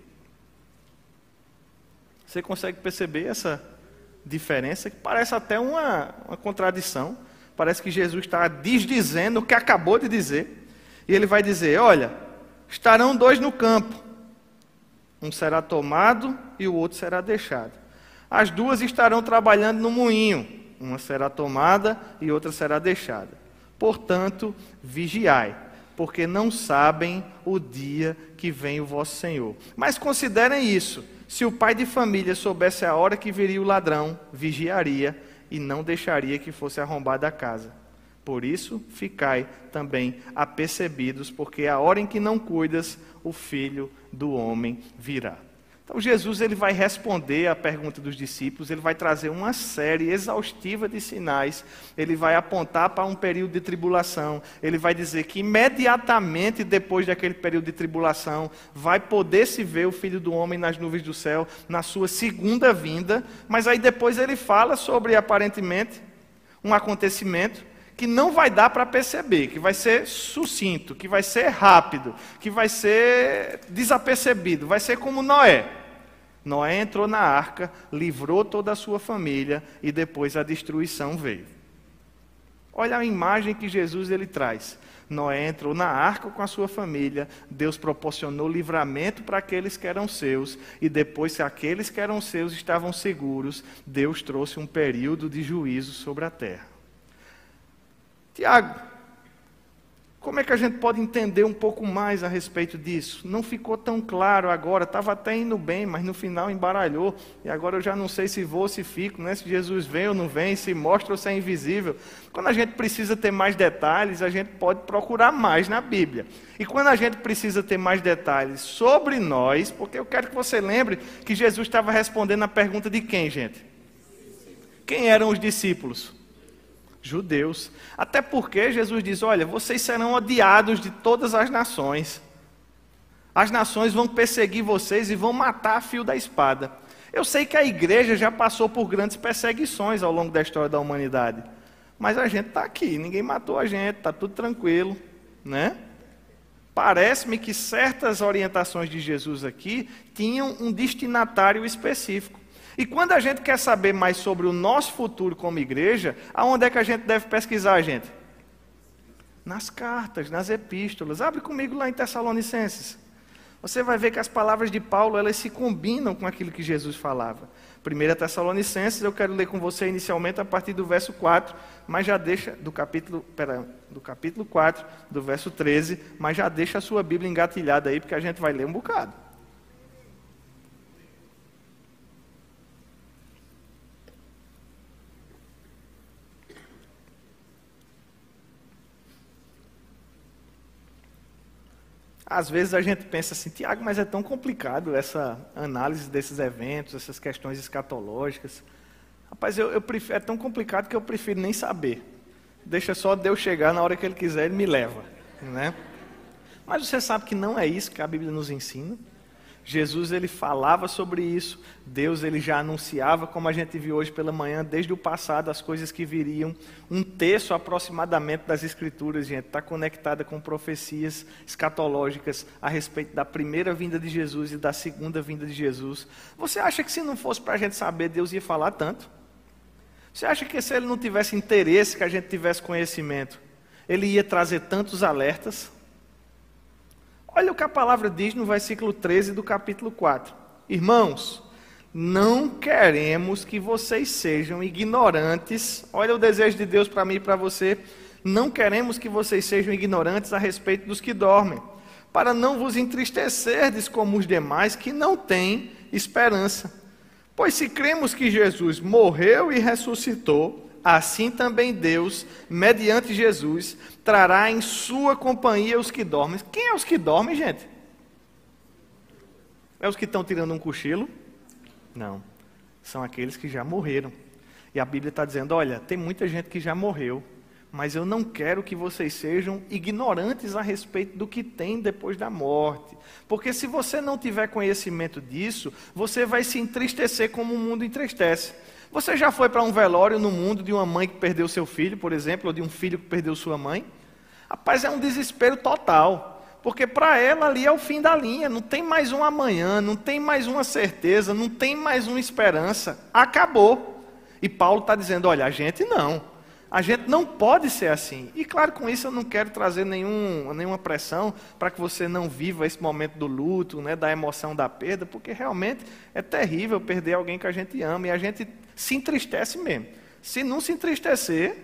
Você consegue perceber essa diferença? Que parece até uma, uma contradição. Parece que Jesus está desdizendo o que acabou de dizer. E ele vai dizer, olha, estarão dois no campo. Um será tomado e o outro será deixado. As duas estarão trabalhando no moinho. Uma será tomada e outra será deixada. Portanto, vigiai, porque não sabem o dia que vem o vosso Senhor. Mas considerem isso. Se o pai de família soubesse a hora que viria o ladrão, vigiaria e não deixaria que fosse arrombada a casa. Por isso, ficai também apercebidos, porque a hora em que não cuidas, o Filho do Homem virá. Então Jesus ele vai responder à pergunta dos discípulos, ele vai trazer uma série exaustiva de sinais, ele vai apontar para um período de tribulação, ele vai dizer que imediatamente depois daquele período de tribulação, vai poder se ver o Filho do Homem nas nuvens do céu, na sua segunda vinda, mas aí depois ele fala sobre, aparentemente, um acontecimento que não vai dar para perceber, que vai ser sucinto, que vai ser rápido, que vai ser desapercebido, vai ser como Noé. Noé entrou na arca, livrou toda a sua família e depois a destruição veio. Olha a imagem que Jesus ele traz. Noé entrou na arca com a sua família, Deus proporcionou livramento para aqueles que eram seus, e depois, se aqueles que eram seus estavam seguros, Deus trouxe um período de juízo sobre a terra. Tiago, como é que a gente pode entender um pouco mais a respeito disso? Não ficou tão claro agora, estava até indo bem, mas no final embaralhou, e agora eu já não sei se vou ou se fico, né? Se Jesus vem ou não vem, se mostra ou se é invisível. Quando a gente precisa ter mais detalhes, a gente pode procurar mais na Bíblia. E quando a gente precisa ter mais detalhes sobre nós, porque eu quero que você lembre que Jesus estava respondendo a pergunta de quem, gente? Quem eram os discípulos? Judeus. Até porque Jesus diz, olha, vocês serão odiados de todas as nações. As nações vão perseguir vocês e vão matar a fio da espada. Eu sei que a igreja já passou por grandes perseguições ao longo da história da humanidade. Mas a gente está aqui, ninguém matou a gente, está tudo tranquilo, né? Parece-me que certas orientações de Jesus aqui tinham um destinatário específico. E quando a gente quer saber mais sobre o nosso futuro como igreja, aonde é que a gente deve pesquisar, gente? Nas cartas, nas epístolas. Abre comigo lá em Tessalonicenses. Você vai ver que as palavras de Paulo, elas se combinam com aquilo que Jesus falava. Primeira Tessalonicenses, eu quero ler com você inicialmente a partir do verso quatro, mas já deixa, do capítulo, pera, do capítulo quatro, do verso treze, mas já deixa a sua Bíblia engatilhada aí, porque a gente vai ler um bocado. Às vezes a gente pensa assim, Tiago, mas é tão complicado essa análise desses eventos, essas questões escatológicas. Rapaz, eu, eu prefiro, é tão complicado que eu prefiro nem saber. Deixa só Deus chegar na hora que Ele quiser, Ele me leva, né? Mas você sabe que não é isso que a Bíblia nos ensina. Jesus ele falava sobre isso, Deus ele já anunciava, como a gente viu hoje pela manhã, desde o passado, as coisas que viriam. Um terço aproximadamente das Escrituras, gente, está conectada com profecias escatológicas a respeito da primeira vinda de Jesus e da segunda vinda de Jesus. Você acha que se não fosse para a gente saber, Deus ia falar tanto? Você acha que se Ele não tivesse interesse, que a gente tivesse conhecimento, Ele ia trazer tantos alertas? Olha o que a palavra diz no versículo treze do capítulo quatro. Irmãos, não queremos que vocês sejam ignorantes. Olha o desejo de Deus para mim e para você. Não queremos que vocês sejam ignorantes a respeito dos que dormem, para não vos entristecerdes como os demais que não têm esperança. Pois se cremos que Jesus morreu e ressuscitou, assim também Deus, mediante Jesus, trará em sua companhia os que dormem. Quem é os que dormem, gente? É os que estão tirando um cochilo? Não. São aqueles que já morreram. E a Bíblia está dizendo, olha, tem muita gente que já morreu, mas eu não quero que vocês sejam ignorantes a respeito do que tem depois da morte. Porque se você não tiver conhecimento disso, você vai se entristecer como o mundo entristece. Você já foi para um velório no mundo de uma mãe que perdeu seu filho, por exemplo, ou de um filho que perdeu sua mãe? Rapaz, é um desespero total. Porque para ela ali é o fim da linha, não tem mais um amanhã, não tem mais uma certeza, não tem mais uma esperança. Acabou. E Paulo está dizendo, olha, a gente não. A gente não pode ser assim. E claro, com isso eu não quero trazer nenhum, nenhuma pressão para que você não viva esse momento do luto, né, da emoção da perda, porque realmente é terrível perder alguém que a gente ama e a gente se entristece mesmo. Se não se entristecer,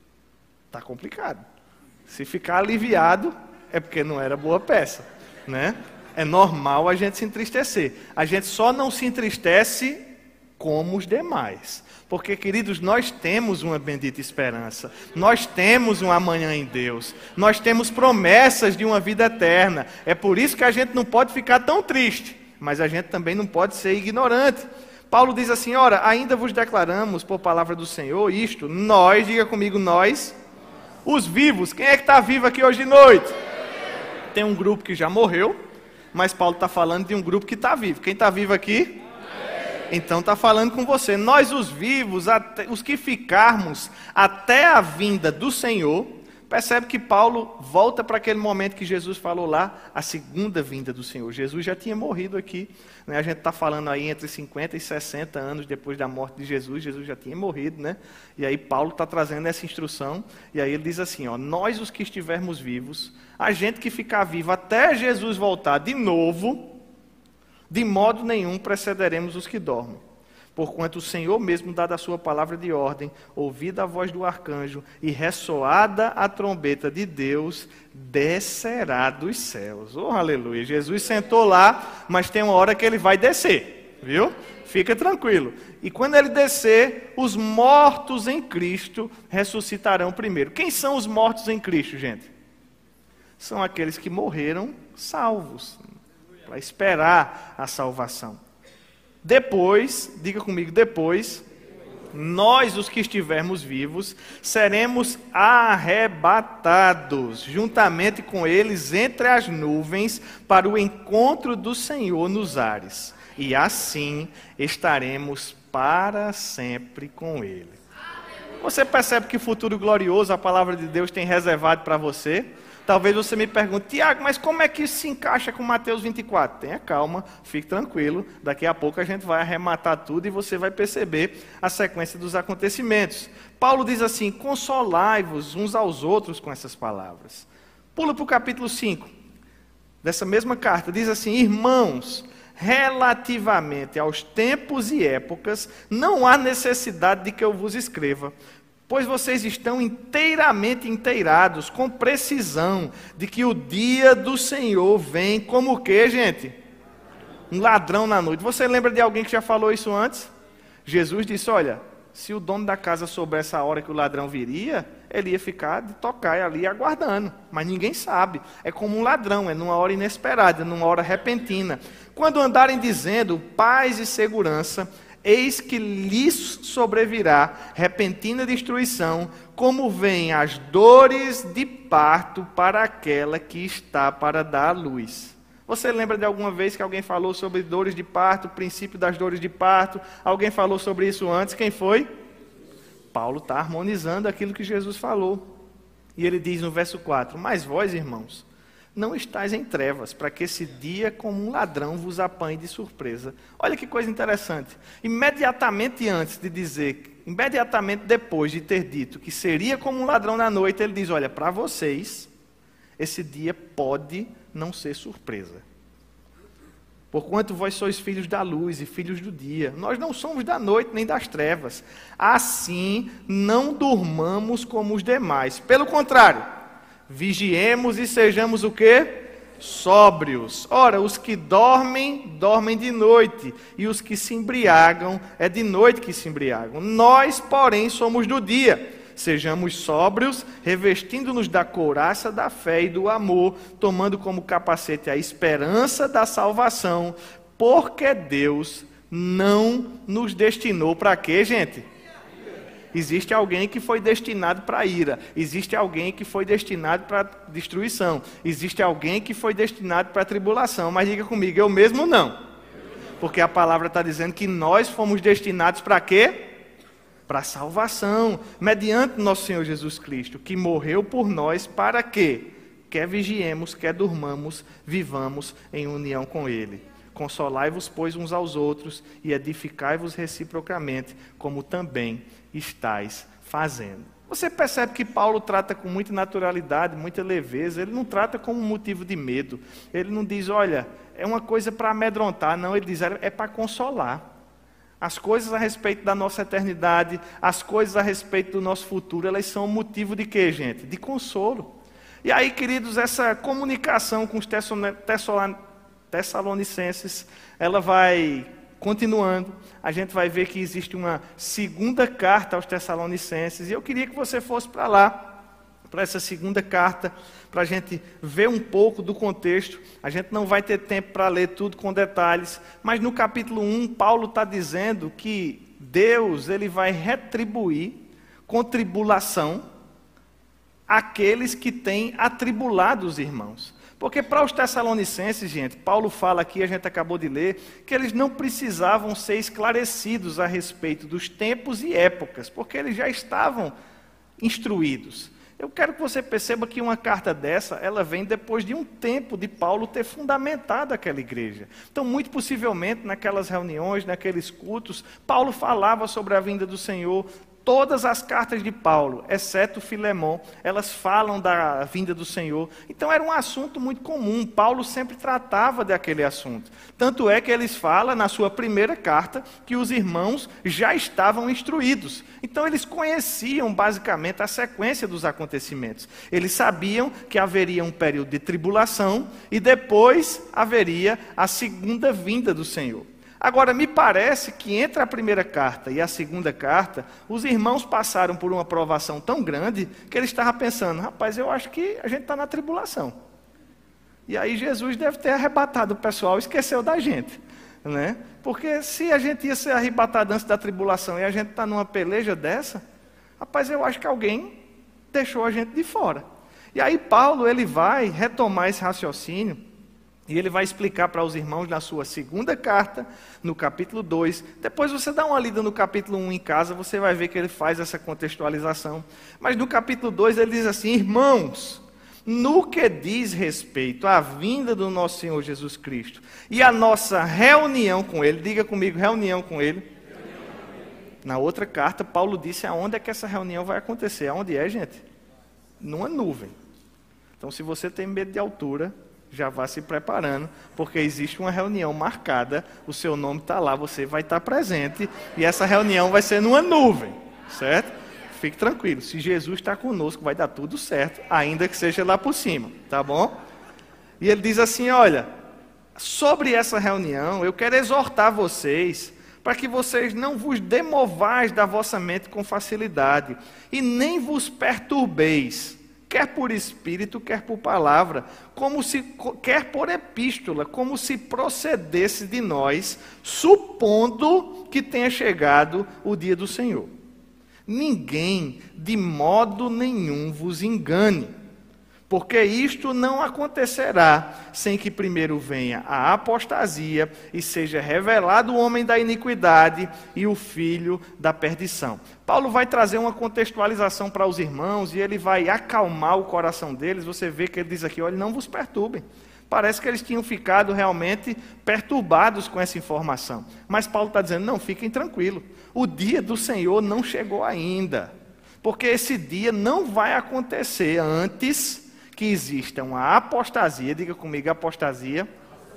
está complicado. Se ficar aliviado, é porque não era boa peça, né? É normal a gente se entristecer. A gente só não se entristece como os demais. Porque, queridos, nós temos uma bendita esperança. Nós temos um amanhã em Deus. Nós temos promessas de uma vida eterna. É por isso que a gente não pode ficar tão triste. Mas a gente também não pode ser ignorante. Paulo diz assim, ora, ainda vos declaramos por palavra do Senhor isto. Nós, diga comigo, nós, os vivos. Quem é que está vivo aqui hoje de noite? Tem um grupo que já morreu, mas Paulo está falando de um grupo que está vivo. Quem está vivo aqui? Então está falando com você, nós os vivos, até, os que ficarmos até a vinda do Senhor, percebe que Paulo volta para aquele momento que Jesus falou lá, a segunda vinda do Senhor. Jesus já tinha morrido aqui, né? A gente está falando aí entre cinquenta e sessenta anos depois da morte de Jesus, Jesus já tinha morrido, né? E aí Paulo está trazendo essa instrução, e aí ele diz assim, ó, nós os que estivermos vivos, a gente que ficar vivo até Jesus voltar de novo, de modo nenhum precederemos os que dormem. Porquanto o Senhor mesmo, dada a sua palavra de ordem, ouvida a voz do arcanjo e ressoada a trombeta de Deus, descerá dos céus. Oh, aleluia! Jesus sentou lá, mas tem uma hora que ele vai descer, viu? Fica tranquilo. E quando ele descer, os mortos em Cristo ressuscitarão primeiro. Quem são os mortos em Cristo, gente? São aqueles que morreram salvos, para esperar a salvação. Depois, diga comigo, depois, nós os que estivermos vivos, seremos arrebatados, juntamente com eles entre as nuvens, para o encontro do Senhor nos ares. E assim estaremos para sempre com Ele. Você percebe que futuro glorioso a palavra de Deus tem reservado para você? Talvez você me pergunte, Tiago, mas como é que isso se encaixa com Mateus vinte e quatro? Tenha calma, fique tranquilo, daqui a pouco a gente vai arrematar tudo e você vai perceber a sequência dos acontecimentos. Paulo diz assim, consolai-vos uns aos outros com essas palavras. Pula para o capítulo cinco, dessa mesma carta, diz assim, irmãos, relativamente aos tempos e épocas, não há necessidade de que eu vos escreva, pois vocês estão inteiramente inteirados, com precisão, de que o dia do Senhor vem como o quê, gente? Um ladrão na noite. Você lembra de alguém que já falou isso antes? Jesus disse, olha, se o dono da casa soubesse a hora que o ladrão viria, ele ia ficar de tocaia ali aguardando, mas ninguém sabe. É como um ladrão, é numa hora inesperada, numa hora repentina. Quando andarem dizendo paz e segurança, eis que lhes sobrevirá repentina destruição, como vêm as dores de parto para aquela que está para dar à luz. Você lembra de alguma vez que alguém falou sobre dores de parto, o princípio das dores de parto? Alguém falou sobre isso antes? Quem foi? Paulo está harmonizando aquilo que Jesus falou. E ele diz no verso quatro, mas vós, irmãos, não estáis em trevas, para que esse dia como um ladrão vos apanhe de surpresa. Olha que coisa interessante. Imediatamente antes de dizer, imediatamente depois de ter dito que seria como um ladrão na noite, ele diz, olha, para vocês, esse dia pode não ser surpresa. Porquanto vós sois filhos da luz e filhos do dia. Nós não somos da noite nem das trevas. Assim, não durmamos como os demais. Pelo contrário, vigiemos e sejamos o quê? Sóbrios. Ora, os que dormem, dormem de noite. E os que se embriagam, é de noite que se embriagam. Nós, porém, somos do dia. Sejamos sóbrios, revestindo-nos da couraça da fé e do amor, tomando como capacete a esperança da salvação, porque Deus não nos destinou para quê, gente? Existe alguém que foi destinado para a ira. Existe alguém que foi destinado para a destruição. Existe alguém que foi destinado para a tribulação. Mas diga comigo, eu mesmo não. Porque a palavra está dizendo que nós fomos destinados para quê? Para a salvação, mediante nosso Senhor Jesus Cristo, que morreu por nós para quê? Quer vigiemos, quer durmamos, vivamos em união com Ele. Consolai-vos, pois, uns aos outros e edificai-vos reciprocamente, como também estáis fazendo. Você percebe que Paulo trata com muita naturalidade, muita leveza. Ele não trata como motivo de medo. Ele não diz, olha, é uma coisa para amedrontar. Não, ele diz, é para consolar. As coisas a respeito da nossa eternidade, as coisas a respeito do nosso futuro, elas são motivo de quê, gente? De consolo. E aí, queridos, essa comunicação com os Tessalonicenses, ela vai continuando. A gente vai ver que existe uma segunda carta aos Tessalonicenses, e eu queria que você fosse para lá, para essa segunda carta, para a gente ver um pouco do contexto. A gente não vai ter tempo para ler tudo com detalhes, mas no capítulo um, Paulo está dizendo que Deus ele vai retribuir com tribulação aqueles que têm atribulado os irmãos. Porque para os Tessalonicenses, gente, Paulo fala aqui, a gente acabou de ler, que eles não precisavam ser esclarecidos a respeito dos tempos e épocas, porque eles já estavam instruídos. Eu quero que você perceba que uma carta dessa, ela vem depois de um tempo de Paulo ter fundamentado aquela igreja. Então, muito possivelmente, naquelas reuniões, naqueles cultos, Paulo falava sobre a vinda do Senhor. Todas as cartas de Paulo, exceto Filemão, elas falam da vinda do Senhor. Então era um assunto muito comum, Paulo sempre tratava daquele assunto. Tanto é que eles falam na sua primeira carta que os irmãos já estavam instruídos. Então eles conheciam basicamente a sequência dos acontecimentos. Eles sabiam que haveria um período de tribulação e depois haveria a segunda vinda do Senhor. Agora, me parece que entre a primeira carta e a segunda carta, os irmãos passaram por uma provação tão grande que eles estavam pensando, rapaz, eu acho que a gente está na tribulação. E aí Jesus deve ter arrebatado o pessoal e esqueceu da gente. Né? Porque se a gente ia ser arrebatado antes da tribulação e a gente está numa peleja dessa, rapaz, eu acho que alguém deixou a gente de fora. E aí Paulo ele vai retomar esse raciocínio, e ele vai explicar para os irmãos na sua segunda carta, no capítulo dois. Depois você dá uma lida no capítulo um em casa, você vai ver que ele faz essa contextualização. Mas no capítulo dois ele diz assim, irmãos, no que diz respeito à vinda do nosso Senhor Jesus Cristo e a nossa reunião com Ele, diga comigo, reunião com Ele. Na outra carta, Paulo disse aonde é que essa reunião vai acontecer. Aonde é, gente? Numa nuvem. Então, se você tem medo de altura, já vá se preparando, porque existe uma reunião marcada, o seu nome está lá, você vai estar presente, e essa reunião vai ser numa nuvem, certo? Fique tranquilo, se Jesus está conosco, vai dar tudo certo, ainda que seja lá por cima, tá bom? E ele diz assim, olha, sobre essa reunião, eu quero exortar vocês, para que vocês não vos demovais da vossa mente com facilidade, e nem vos perturbeis, quer por espírito, quer por palavra, como se, quer por epístola, como se procedesse de nós, supondo que tenha chegado o dia do Senhor. Ninguém, de modo nenhum, vos engane, porque isto não acontecerá sem que primeiro venha a apostasia e seja revelado o homem da iniquidade e o filho da perdição. Paulo vai trazer uma contextualização para os irmãos e ele vai acalmar o coração deles. Você vê que ele diz aqui, olha, não vos perturbem. Parece que eles tinham ficado realmente perturbados com essa informação. Mas Paulo está dizendo, não, fiquem tranquilos. O dia do Senhor não chegou ainda. Porque esse dia não vai acontecer antes que exista uma apostasia, diga comigo, apostasia,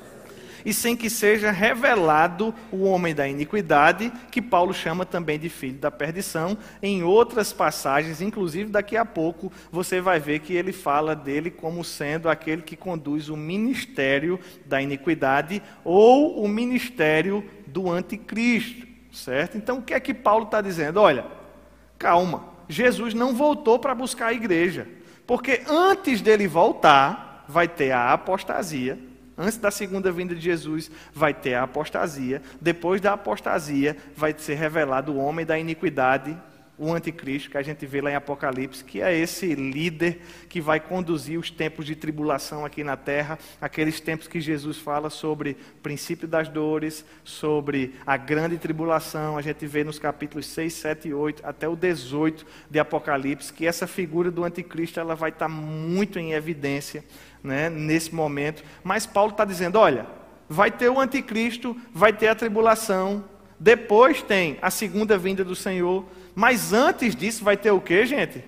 e sem que seja revelado o homem da iniquidade, que Paulo chama também de filho da perdição. Em outras passagens, inclusive daqui a pouco, você vai ver que ele fala dele como sendo aquele que conduz o ministério da iniquidade ou o ministério do anticristo, certo? Então o que é que Paulo está dizendo? Olha, calma, Jesus não voltou para buscar a igreja, porque antes dele voltar, vai ter a apostasia. Antes da segunda vinda de Jesus, vai ter a apostasia. Depois da apostasia, vai ser revelado o homem da iniquidade, o anticristo, que a gente vê lá em Apocalipse, que é esse líder que vai conduzir os tempos de tribulação aqui na terra, aqueles tempos que Jesus fala sobre o princípio das dores, sobre a grande tribulação. A gente vê nos capítulos seis, sete e oito, até o dezoito de Apocalipse, que essa figura do anticristo ela vai estar muito em evidência, né, nesse momento. Mas Paulo está dizendo, olha, vai ter o anticristo, vai ter a tribulação, depois tem a segunda vinda do Senhor, mas antes disso vai ter o quê, gente?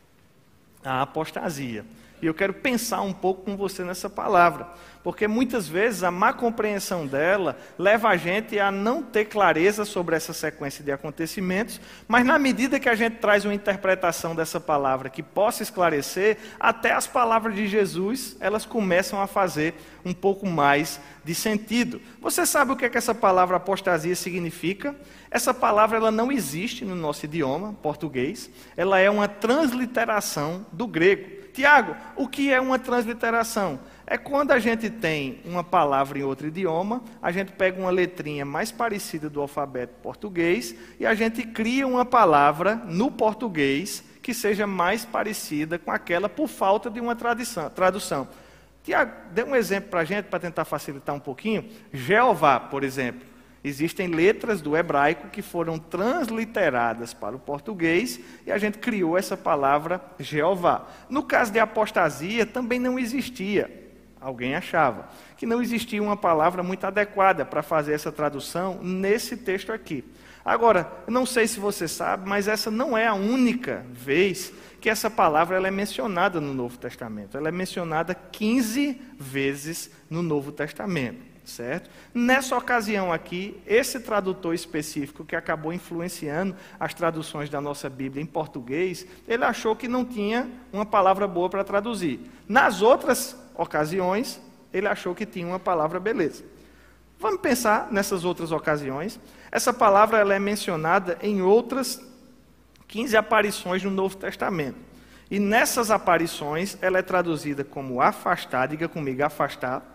A apostasia. E eu quero pensar um pouco com você nessa palavra, porque muitas vezes a má compreensão dela leva a gente a não ter clareza sobre essa sequência de acontecimentos, mas na medida que a gente traz uma interpretação dessa palavra que possa esclarecer, até as palavras de Jesus, elas começam a fazer um pouco mais de sentido. Você sabe o que é que essa palavra apostasia significa? Essa palavra ela não existe no nosso idioma português, ela é uma transliteração do grego. Tiago, o que é uma transliteração? É quando a gente tem uma palavra em outro idioma, a gente pega uma letrinha mais parecida do alfabeto português e a gente cria uma palavra no português que seja mais parecida com aquela por falta de uma tradição, tradução. Tiago, dê um exemplo para a gente, para tentar facilitar um pouquinho. Jeová, por exemplo. Existem letras do hebraico que foram transliteradas para o português e a gente criou essa palavra Jeová. No caso de apostasia, também não existia, alguém achava, que não existia uma palavra muito adequada para fazer essa tradução nesse texto aqui. Agora, eu não sei se você sabe, mas essa não é a única vez que essa palavra ela é mencionada no Novo Testamento. Ela é mencionada quinze vezes no Novo Testamento. Certo? Nessa ocasião aqui, esse tradutor específico que acabou influenciando as traduções da nossa Bíblia em português, ele achou que não tinha uma palavra boa para traduzir. Nas outras ocasiões, ele achou que tinha uma palavra beleza. Vamos pensar nessas outras ocasiões. Essa palavra ela é mencionada em outras quinze aparições no Novo Testamento. E nessas aparições, ela é traduzida como afastar, diga comigo, afastar,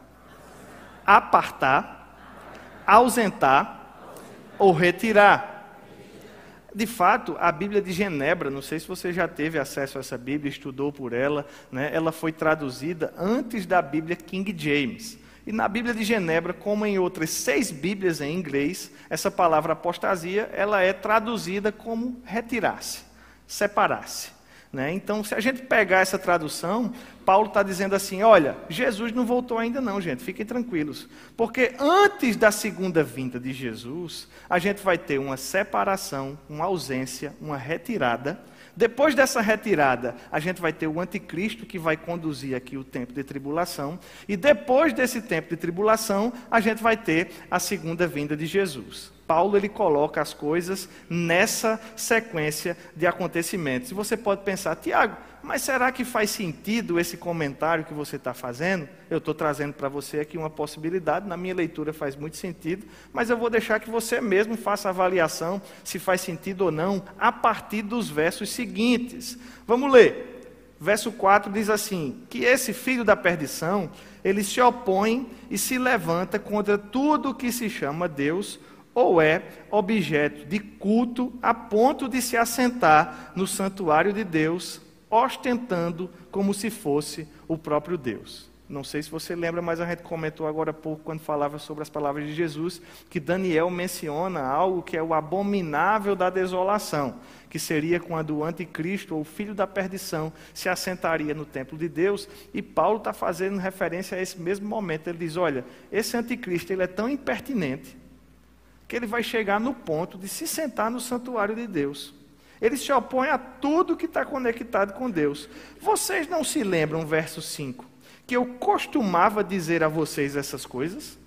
apartar, ausentar ou retirar. De fato, a Bíblia de Genebra, não sei se você já teve acesso a essa Bíblia, estudou por ela, né? Ela foi traduzida antes da Bíblia King James. E na Bíblia de Genebra, como em outras seis Bíblias em inglês, essa palavra apostasia, ela é traduzida como retirar-se, separar-se. Né? Então, se a gente pegar essa tradução, Paulo está dizendo assim, olha, Jesus não voltou ainda não, gente, fiquem tranquilos. Porque antes da segunda vinda de Jesus, a gente vai ter uma separação, uma ausência, uma retirada. Depois dessa retirada, a gente vai ter o anticristo que vai conduzir aqui o tempo de tribulação. E depois desse tempo de tribulação, a gente vai ter a segunda vinda de Jesus. Paulo ele coloca as coisas nessa sequência de acontecimentos. E você pode pensar, Tiago, mas será que faz sentido esse comentário que você está fazendo? Eu estou trazendo para você aqui uma possibilidade, na minha leitura faz muito sentido, mas eu vou deixar que você mesmo faça a avaliação se faz sentido ou não, a partir dos versos seguintes. Vamos ler. Verso quatro diz assim, que esse filho da perdição, ele se opõe e se levanta contra tudo que se chama Deus, ou é objeto de culto a ponto de se assentar no santuário de Deus, ostentando como se fosse o próprio Deus. Não sei se você lembra, mas a gente comentou agora há pouco, quando falava sobre as palavras de Jesus, que Daniel menciona algo que é o abominável da desolação, que seria quando o anticristo, ou o filho da perdição, se assentaria no templo de Deus, e Paulo está fazendo referência a esse mesmo momento. Ele diz, olha, esse anticristo ele é tão impertinente, que ele vai chegar no ponto de se sentar no santuário de Deus. Ele se opõe a tudo que está conectado com Deus. Vocês não se lembram, verso cinco, que eu costumava dizer a vocês essas coisas?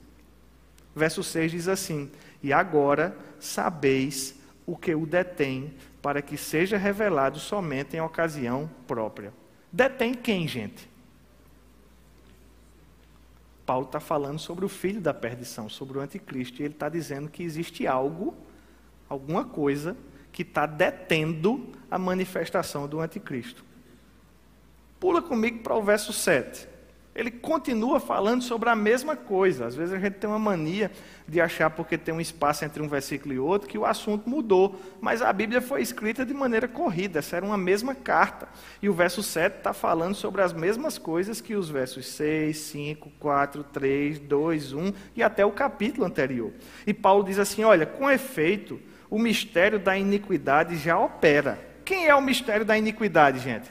Verso seis diz assim, e agora sabeis o que o detém, para que seja revelado somente em ocasião própria. Detém quem, gente? Paulo está falando sobre o filho da perdição, sobre o anticristo, e ele está dizendo que existe algo, alguma coisa, que está detendo a manifestação do anticristo. Pula comigo para o verso sete. Ele continua falando sobre a mesma coisa. Às vezes a gente tem uma mania de achar, porque tem um espaço entre um versículo e outro, que o assunto mudou. Mas a Bíblia foi escrita de maneira corrida, essa era uma mesma carta. E o verso sete está falando sobre as mesmas coisas que os versos seis, cinco, quatro, três, dois, um e até o capítulo anterior. E Paulo diz assim, olha, com efeito, o mistério da iniquidade já opera. Quem é o mistério da iniquidade, gente?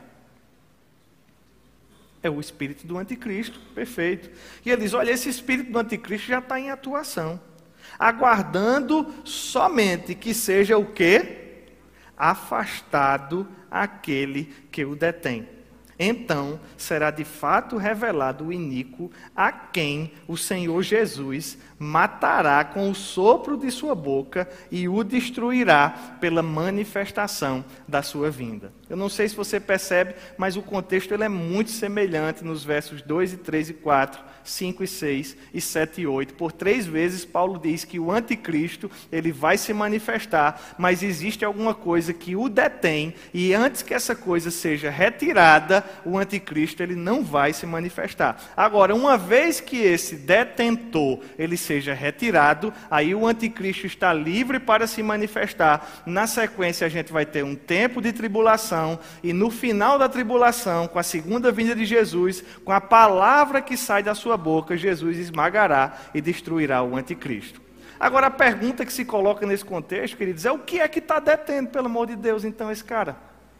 É o espírito do anticristo, perfeito. E ele diz, olha, esse espírito do anticristo já está em atuação, aguardando somente que seja o quê? Afastado aquele que o detém. Então será de fato revelado o iníquo, a quem o Senhor Jesus matará com o sopro de sua boca e o destruirá pela manifestação da sua vinda. Eu não sei se você percebe, mas o contexto ele é muito semelhante nos versos dois, e três e quatro, cinco e seis e sete e oito. Por três vezes Paulo diz que o anticristo ele vai se manifestar, mas existe alguma coisa que o detém, e antes que essa coisa seja retirada, o anticristo ele não vai se manifestar. Agora, uma vez que esse detentor ele seja retirado, aí o anticristo está livre para se manifestar. Na sequência a gente vai ter um tempo de tribulação, e no final da tribulação, com a segunda vinda de Jesus, com a palavra que sai da sua boca, Jesus esmagará e destruirá o anticristo. Agora a pergunta que se coloca nesse contexto, queridos, é o que é que está detendo, pelo amor de Deus, então, esse cara?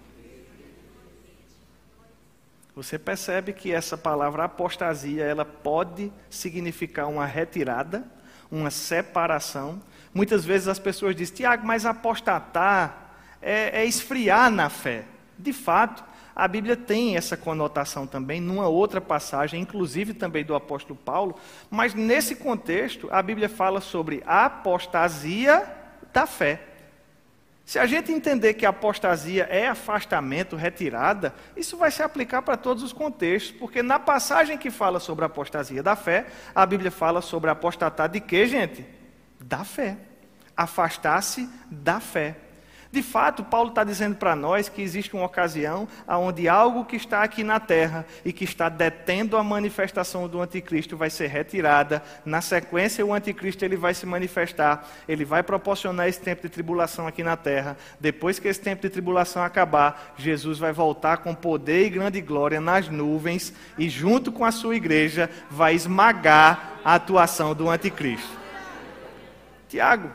Você percebe que essa palavra apostasia, ela pode significar uma retirada, uma separação. Muitas vezes as pessoas dizem, Tiago, mas apostatar é, é esfriar na fé. De fato, a Bíblia tem essa conotação também, numa outra passagem, inclusive também do apóstolo Paulo, mas nesse contexto, a Bíblia fala sobre a apostasia da fé. Se a gente entender que a apostasia é afastamento, retirada, isso vai se aplicar para todos os contextos, porque na passagem que fala sobre a apostasia da fé, a Bíblia fala sobre apostatar de quê, gente? Da fé. Afastar-se da fé. De fato, Paulo está dizendo para nós que existe uma ocasião onde algo que está aqui na terra e que está detendo a manifestação do anticristo vai ser retirada. Na sequência, o anticristo ele vai se manifestar, ele vai proporcionar esse tempo de tribulação aqui na terra. Depois que esse tempo de tribulação acabar, Jesus vai voltar com poder e grande glória nas nuvens e junto com a sua igreja vai esmagar a atuação do anticristo. Tiago,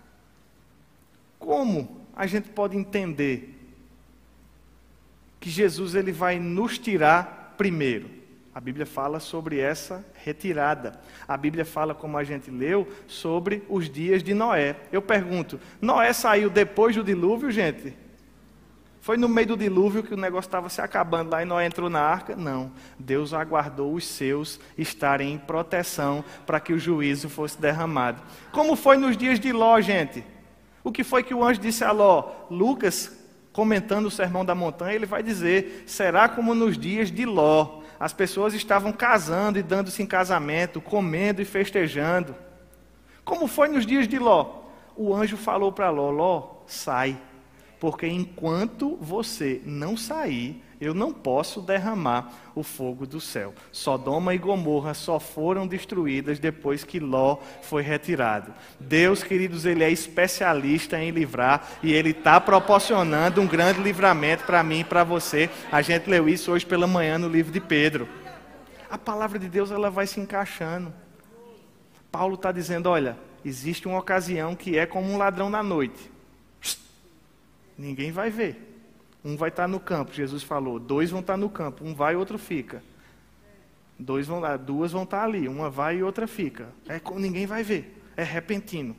como a gente pode entender que Jesus ele vai nos tirar primeiro? A Bíblia fala sobre essa retirada. A Bíblia fala, como a gente leu, sobre os dias de Noé. Eu pergunto, Noé saiu depois do dilúvio, gente? Foi no meio do dilúvio que o negócio estava se acabando lá e Noé entrou na arca? Não. Deus aguardou os seus estarem em proteção para que o juízo fosse derramado. Como foi nos dias de Ló, gente? O que foi que o anjo disse a Ló? Lucas, comentando o Sermão da Montanha, ele vai dizer, será como nos dias de Ló. As pessoas estavam casando e dando-se em casamento, comendo e festejando. Como foi nos dias de Ló? O anjo falou para Ló, Ló, sai, porque enquanto você não sair, eu não posso derramar o fogo do céu. Sodoma e Gomorra só foram destruídas depois que Ló foi retirado. Deus, queridos, ele é especialista em livrar e ele está proporcionando um grande livramento para mim e para você. A gente leu isso hoje pela manhã no livro de Pedro. A palavra de Deus ela vai se encaixando. Paulo está dizendo, olha, existe uma ocasião que é como um ladrão na noite. Ninguém vai ver. Um vai estar no campo, Jesus falou. Dois vão estar no campo. Um vai e outro fica. Dois vão lá, duas vão estar ali. Uma vai e outra fica. É, ninguém vai ver. É repentino.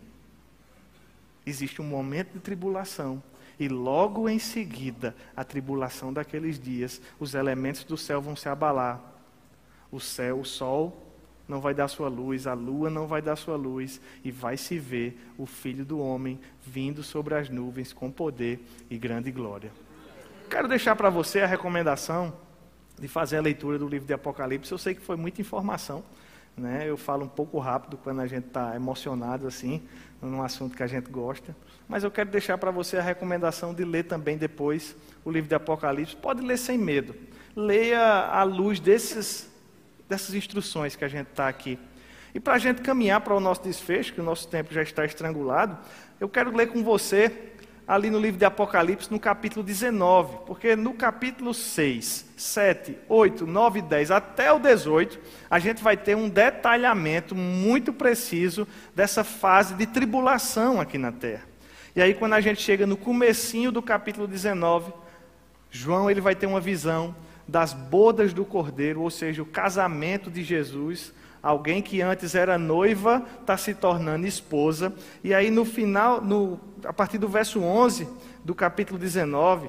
Existe um momento de tribulação. E logo em seguida, a tribulação daqueles dias, os elementos do céu vão se abalar. O céu, o sol não vai dar sua luz, a lua não vai dar sua luz, e vai se ver o Filho do Homem vindo sobre as nuvens com poder e grande glória. Quero deixar para você a recomendação de fazer a leitura do livro de Apocalipse. Eu sei que foi muita informação, né? Eu falo um pouco rápido quando a gente está emocionado assim, num assunto que a gente gosta. Mas eu quero deixar para você a recomendação de ler também depois o livro de Apocalipse. Pode ler sem medo. Leia à luz desses dessas instruções que a gente está aqui. E para a gente caminhar para o nosso desfecho, que o nosso tempo já está estrangulado, eu quero ler com você ali no livro de Apocalipse, no capítulo dezenove, porque no capítulo seis, sete, oito, nove e dez até o dezoito, a gente vai ter um detalhamento muito preciso dessa fase de tribulação aqui na terra. E aí quando a gente chega no comecinho do capítulo dezenove, João ele vai ter uma visão das bodas do Cordeiro, ou seja, o casamento de Jesus. Alguém que antes era noiva está se tornando esposa. E aí no final, no, a partir do verso onze do capítulo dezenove,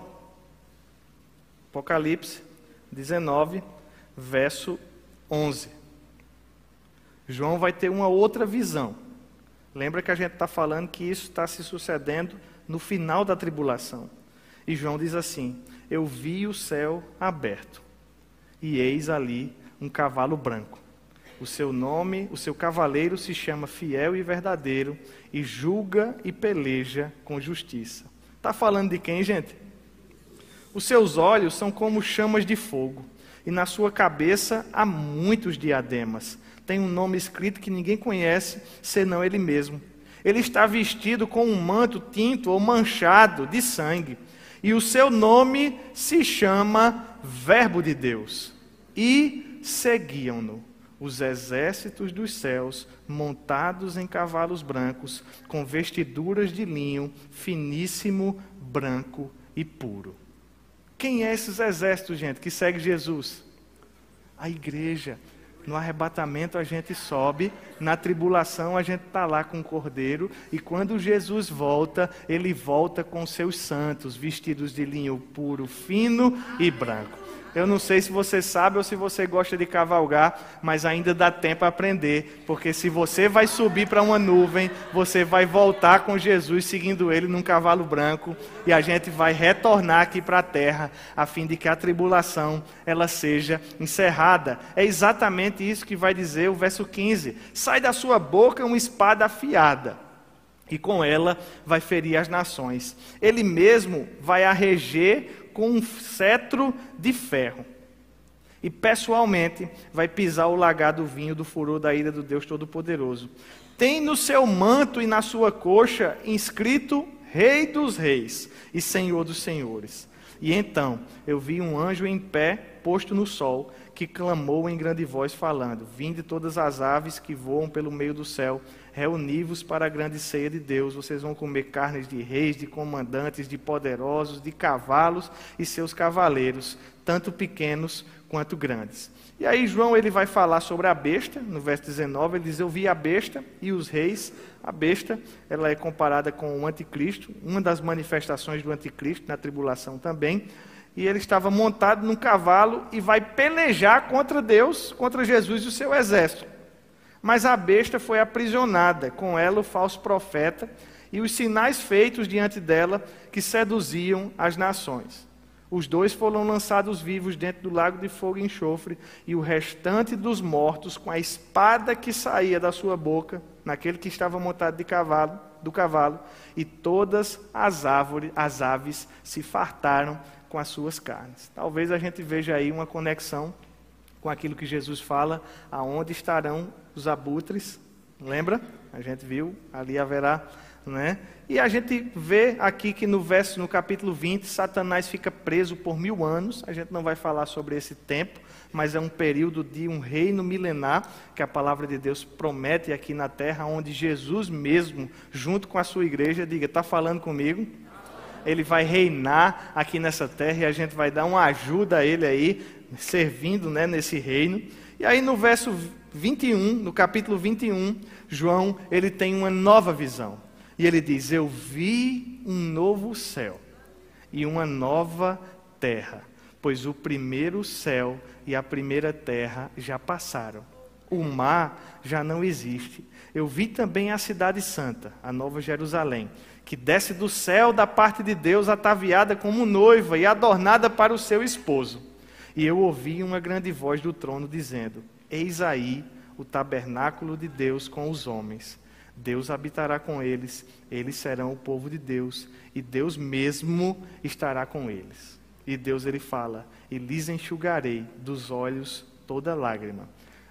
Apocalipse dezenove, verso onze. João vai ter uma outra visão. Lembra que a gente está falando que isso está se sucedendo no final da tribulação. E João diz assim: eu vi o céu aberto, e eis ali um cavalo branco. O seu nome, o seu cavaleiro se chama Fiel e Verdadeiro, e julga e peleja com justiça. Está falando de quem, gente? Os seus olhos são como chamas de fogo, e na sua cabeça há muitos diademas. Tem um nome escrito que ninguém conhece, senão ele mesmo. Ele está vestido com um manto tinto ou manchado de sangue, e o seu nome se chama Verbo de Deus. E seguiam-no os exércitos dos céus, montados em cavalos brancos, com vestiduras de linho, finíssimo, branco e puro. Quem é esses exércitos, gente, que segue Jesus? A igreja. No arrebatamento a gente sobe, na tribulação a gente está lá com o Cordeiro, e quando Jesus volta, ele volta com seus santos, vestidos de linho puro, fino e branco. Eu não sei se você sabe ou se você gosta de cavalgar, mas ainda dá tempo a aprender, porque se você vai subir para uma nuvem, você vai voltar com Jesus, seguindo ele num cavalo branco, e a gente vai retornar aqui para a terra, a fim de que a tribulação ela seja encerrada. É exatamente isso que vai dizer o verso quinze: sai da sua boca uma espada afiada, e com ela vai ferir as nações. Ele mesmo vai a reger com um cetro de ferro, e pessoalmente vai pisar o lagar do vinho do furor da ira do Deus Todo-Poderoso. Tem no seu manto e na sua coxa inscrito Rei dos Reis e Senhor dos Senhores. E então eu vi um anjo em pé, posto no sol, que clamou em grande voz, falando: vinde todas as aves que voam pelo meio do céu, reuni-vos para a grande ceia de Deus. Vocês vão comer carnes de reis, de comandantes, de poderosos, de cavalos e seus cavaleiros, tanto pequenos quanto grandes. E aí João ele vai falar sobre a besta, no verso dezenove, ele diz: eu vi a besta e os reis. A besta, ela é comparada com o anticristo, uma das manifestações do anticristo na tribulação também. E ele estava montado num cavalo e vai pelejar contra Deus, contra Jesus e o seu exército. Mas a besta foi aprisionada, com ela o falso profeta e os sinais feitos diante dela que seduziam as nações. Os dois foram lançados vivos dentro do lago de fogo e enxofre, e o restante dos mortos, com a espada que saía da sua boca, naquele que estava montado de cavalo, do cavalo, e todas as, árvores, as aves se fartaram com as suas carnes. Talvez a gente veja aí uma conexão com aquilo que Jesus fala: aonde estarão os abutres? Lembra? A gente viu, ali haverá, né? E a gente vê aqui que no verso, no capítulo vinte, Satanás fica preso por mil anos. A gente não vai falar sobre esse tempo, mas é um período de um reino milenar que a palavra de Deus promete aqui na terra, onde Jesus mesmo, junto com a sua igreja, diga: está falando comigo? Ele vai reinar aqui nessa terra, e a gente vai dar uma ajuda a ele aí, servindo, né, nesse reino. E aí no verso vinte e um, no capítulo vinte e um, João, ele tem uma nova visão. E ele diz: eu vi um novo céu e uma nova terra, pois o primeiro céu e a primeira terra já passaram. O mar já não existe. Eu vi também a cidade santa, a nova Jerusalém, que desce do céu da parte de Deus, ataviada como noiva e adornada para o seu esposo. E eu ouvi uma grande voz do trono dizendo: eis aí o tabernáculo de Deus com os homens. Deus habitará com eles, eles serão o povo de Deus, e Deus mesmo estará com eles. E Deus ele fala: e lhes enxugarei dos olhos toda lágrima.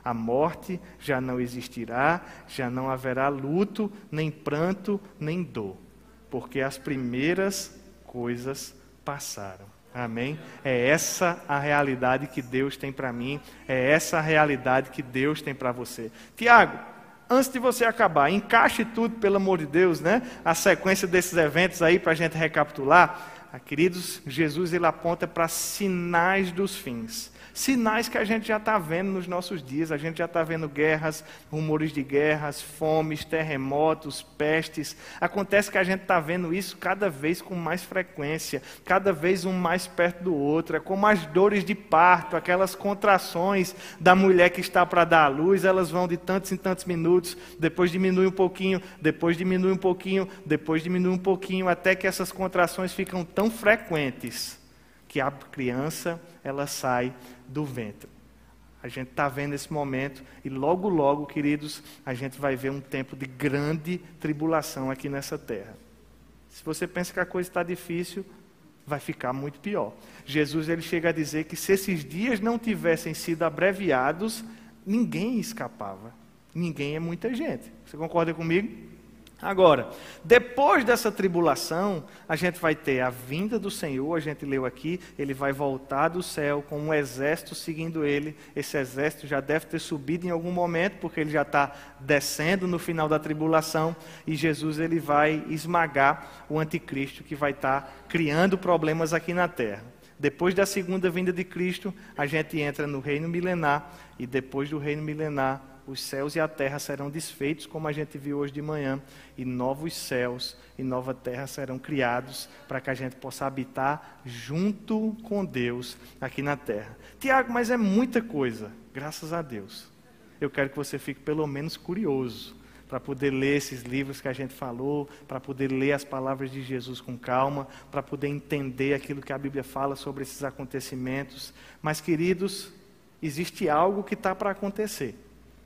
A morte já não existirá, já não haverá luto, nem pranto, nem dor, porque as primeiras coisas passaram. Amém? É essa a realidade que Deus tem para mim, é essa a realidade que Deus tem para você. Tiago, antes de você acabar, encaixe tudo, pelo amor de Deus, né? A sequência desses eventos aí para a gente recapitular. Ah, queridos, Jesus ele aponta para sinais dos fins. Sinais que a gente já está vendo nos nossos dias. A gente já está vendo guerras, rumores de guerras, fomes, terremotos, pestes. Acontece que a gente está vendo isso cada vez com mais frequência, cada vez um mais perto do outro. É como as dores de parto, aquelas contrações da mulher que está para dar à luz, elas vão de tantos em tantos minutos, depois diminui um pouquinho, depois diminui um pouquinho, depois diminui um pouquinho, até que essas contrações ficam tão frequentes que a criança ela sai do ventre. A gente está vendo esse momento e logo, logo, queridos, a gente vai ver um tempo de grande tribulação aqui nessa terra. Se você pensa que a coisa está difícil, vai ficar muito pior. Jesus ele chega a dizer que se esses dias não tivessem sido abreviados, ninguém escapava. Ninguém é muita gente. Você concorda comigo? Agora, depois dessa tribulação, a gente vai ter a vinda do Senhor, a gente leu aqui, ele vai voltar do céu com um exército seguindo ele. Esse exército já deve ter subido em algum momento, porque ele já está descendo no final da tribulação, e Jesus ele vai esmagar o anticristo que vai estar criando problemas aqui na terra. Depois da segunda vinda de Cristo, a gente entra no reino milenar, e depois do reino milenar, os céus e a terra serão desfeitos, como a gente viu hoje de manhã, e novos céus e nova terra serão criados para que a gente possa habitar junto com Deus aqui na terra. Tiago, mas é muita coisa, graças a Deus. Eu quero que você fique pelo menos curioso para poder ler esses livros que a gente falou, para poder ler as palavras de Jesus com calma, para poder entender aquilo que a Bíblia fala sobre esses acontecimentos. Mas, queridos, existe algo que está para acontecer.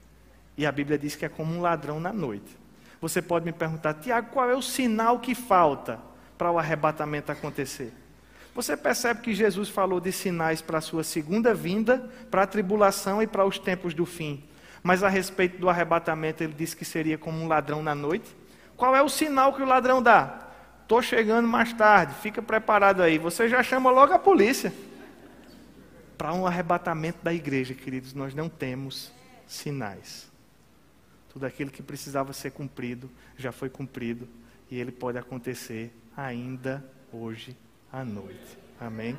E a Bíblia diz que é como um ladrão na noite. Você pode me perguntar, Tiago, qual é o sinal que falta para o arrebatamento acontecer? Você percebe que Jesus falou de sinais para a sua segunda vinda, para a tribulação e para os tempos do fim. Mas a respeito do arrebatamento, ele disse que seria como um ladrão na noite. Qual é o sinal que o ladrão dá? Estou chegando mais tarde, fica preparado aí. Você já chama logo a polícia. Para um arrebatamento da igreja, queridos, nós não temos sinais. Tudo aquilo que precisava ser cumprido, já foi cumprido. E ele pode acontecer ainda hoje à noite. Amém?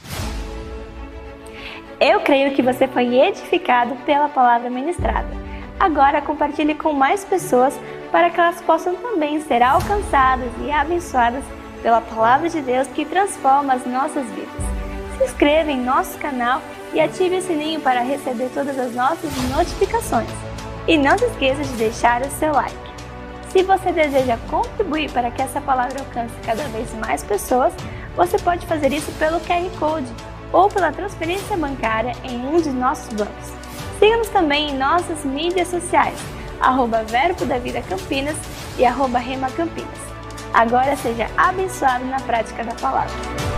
Eu creio que você foi edificado pela palavra ministrada. Agora compartilhe com mais pessoas para que elas possam também ser alcançadas e abençoadas pela palavra de Deus que transforma as nossas vidas. Se inscreva em nosso canal e ative o sininho para receber todas as nossas notificações. E não se esqueça de deixar o seu like. Se você deseja contribuir para que essa palavra alcance cada vez mais pessoas, você pode fazer isso pelo Q R Code ou pela transferência bancária em um de nossos bancos. Siga-nos também em nossas mídias sociais, arroba Verbo da Vida Campinas e arroba Rema Campinas. Agora seja abençoado na prática da palavra.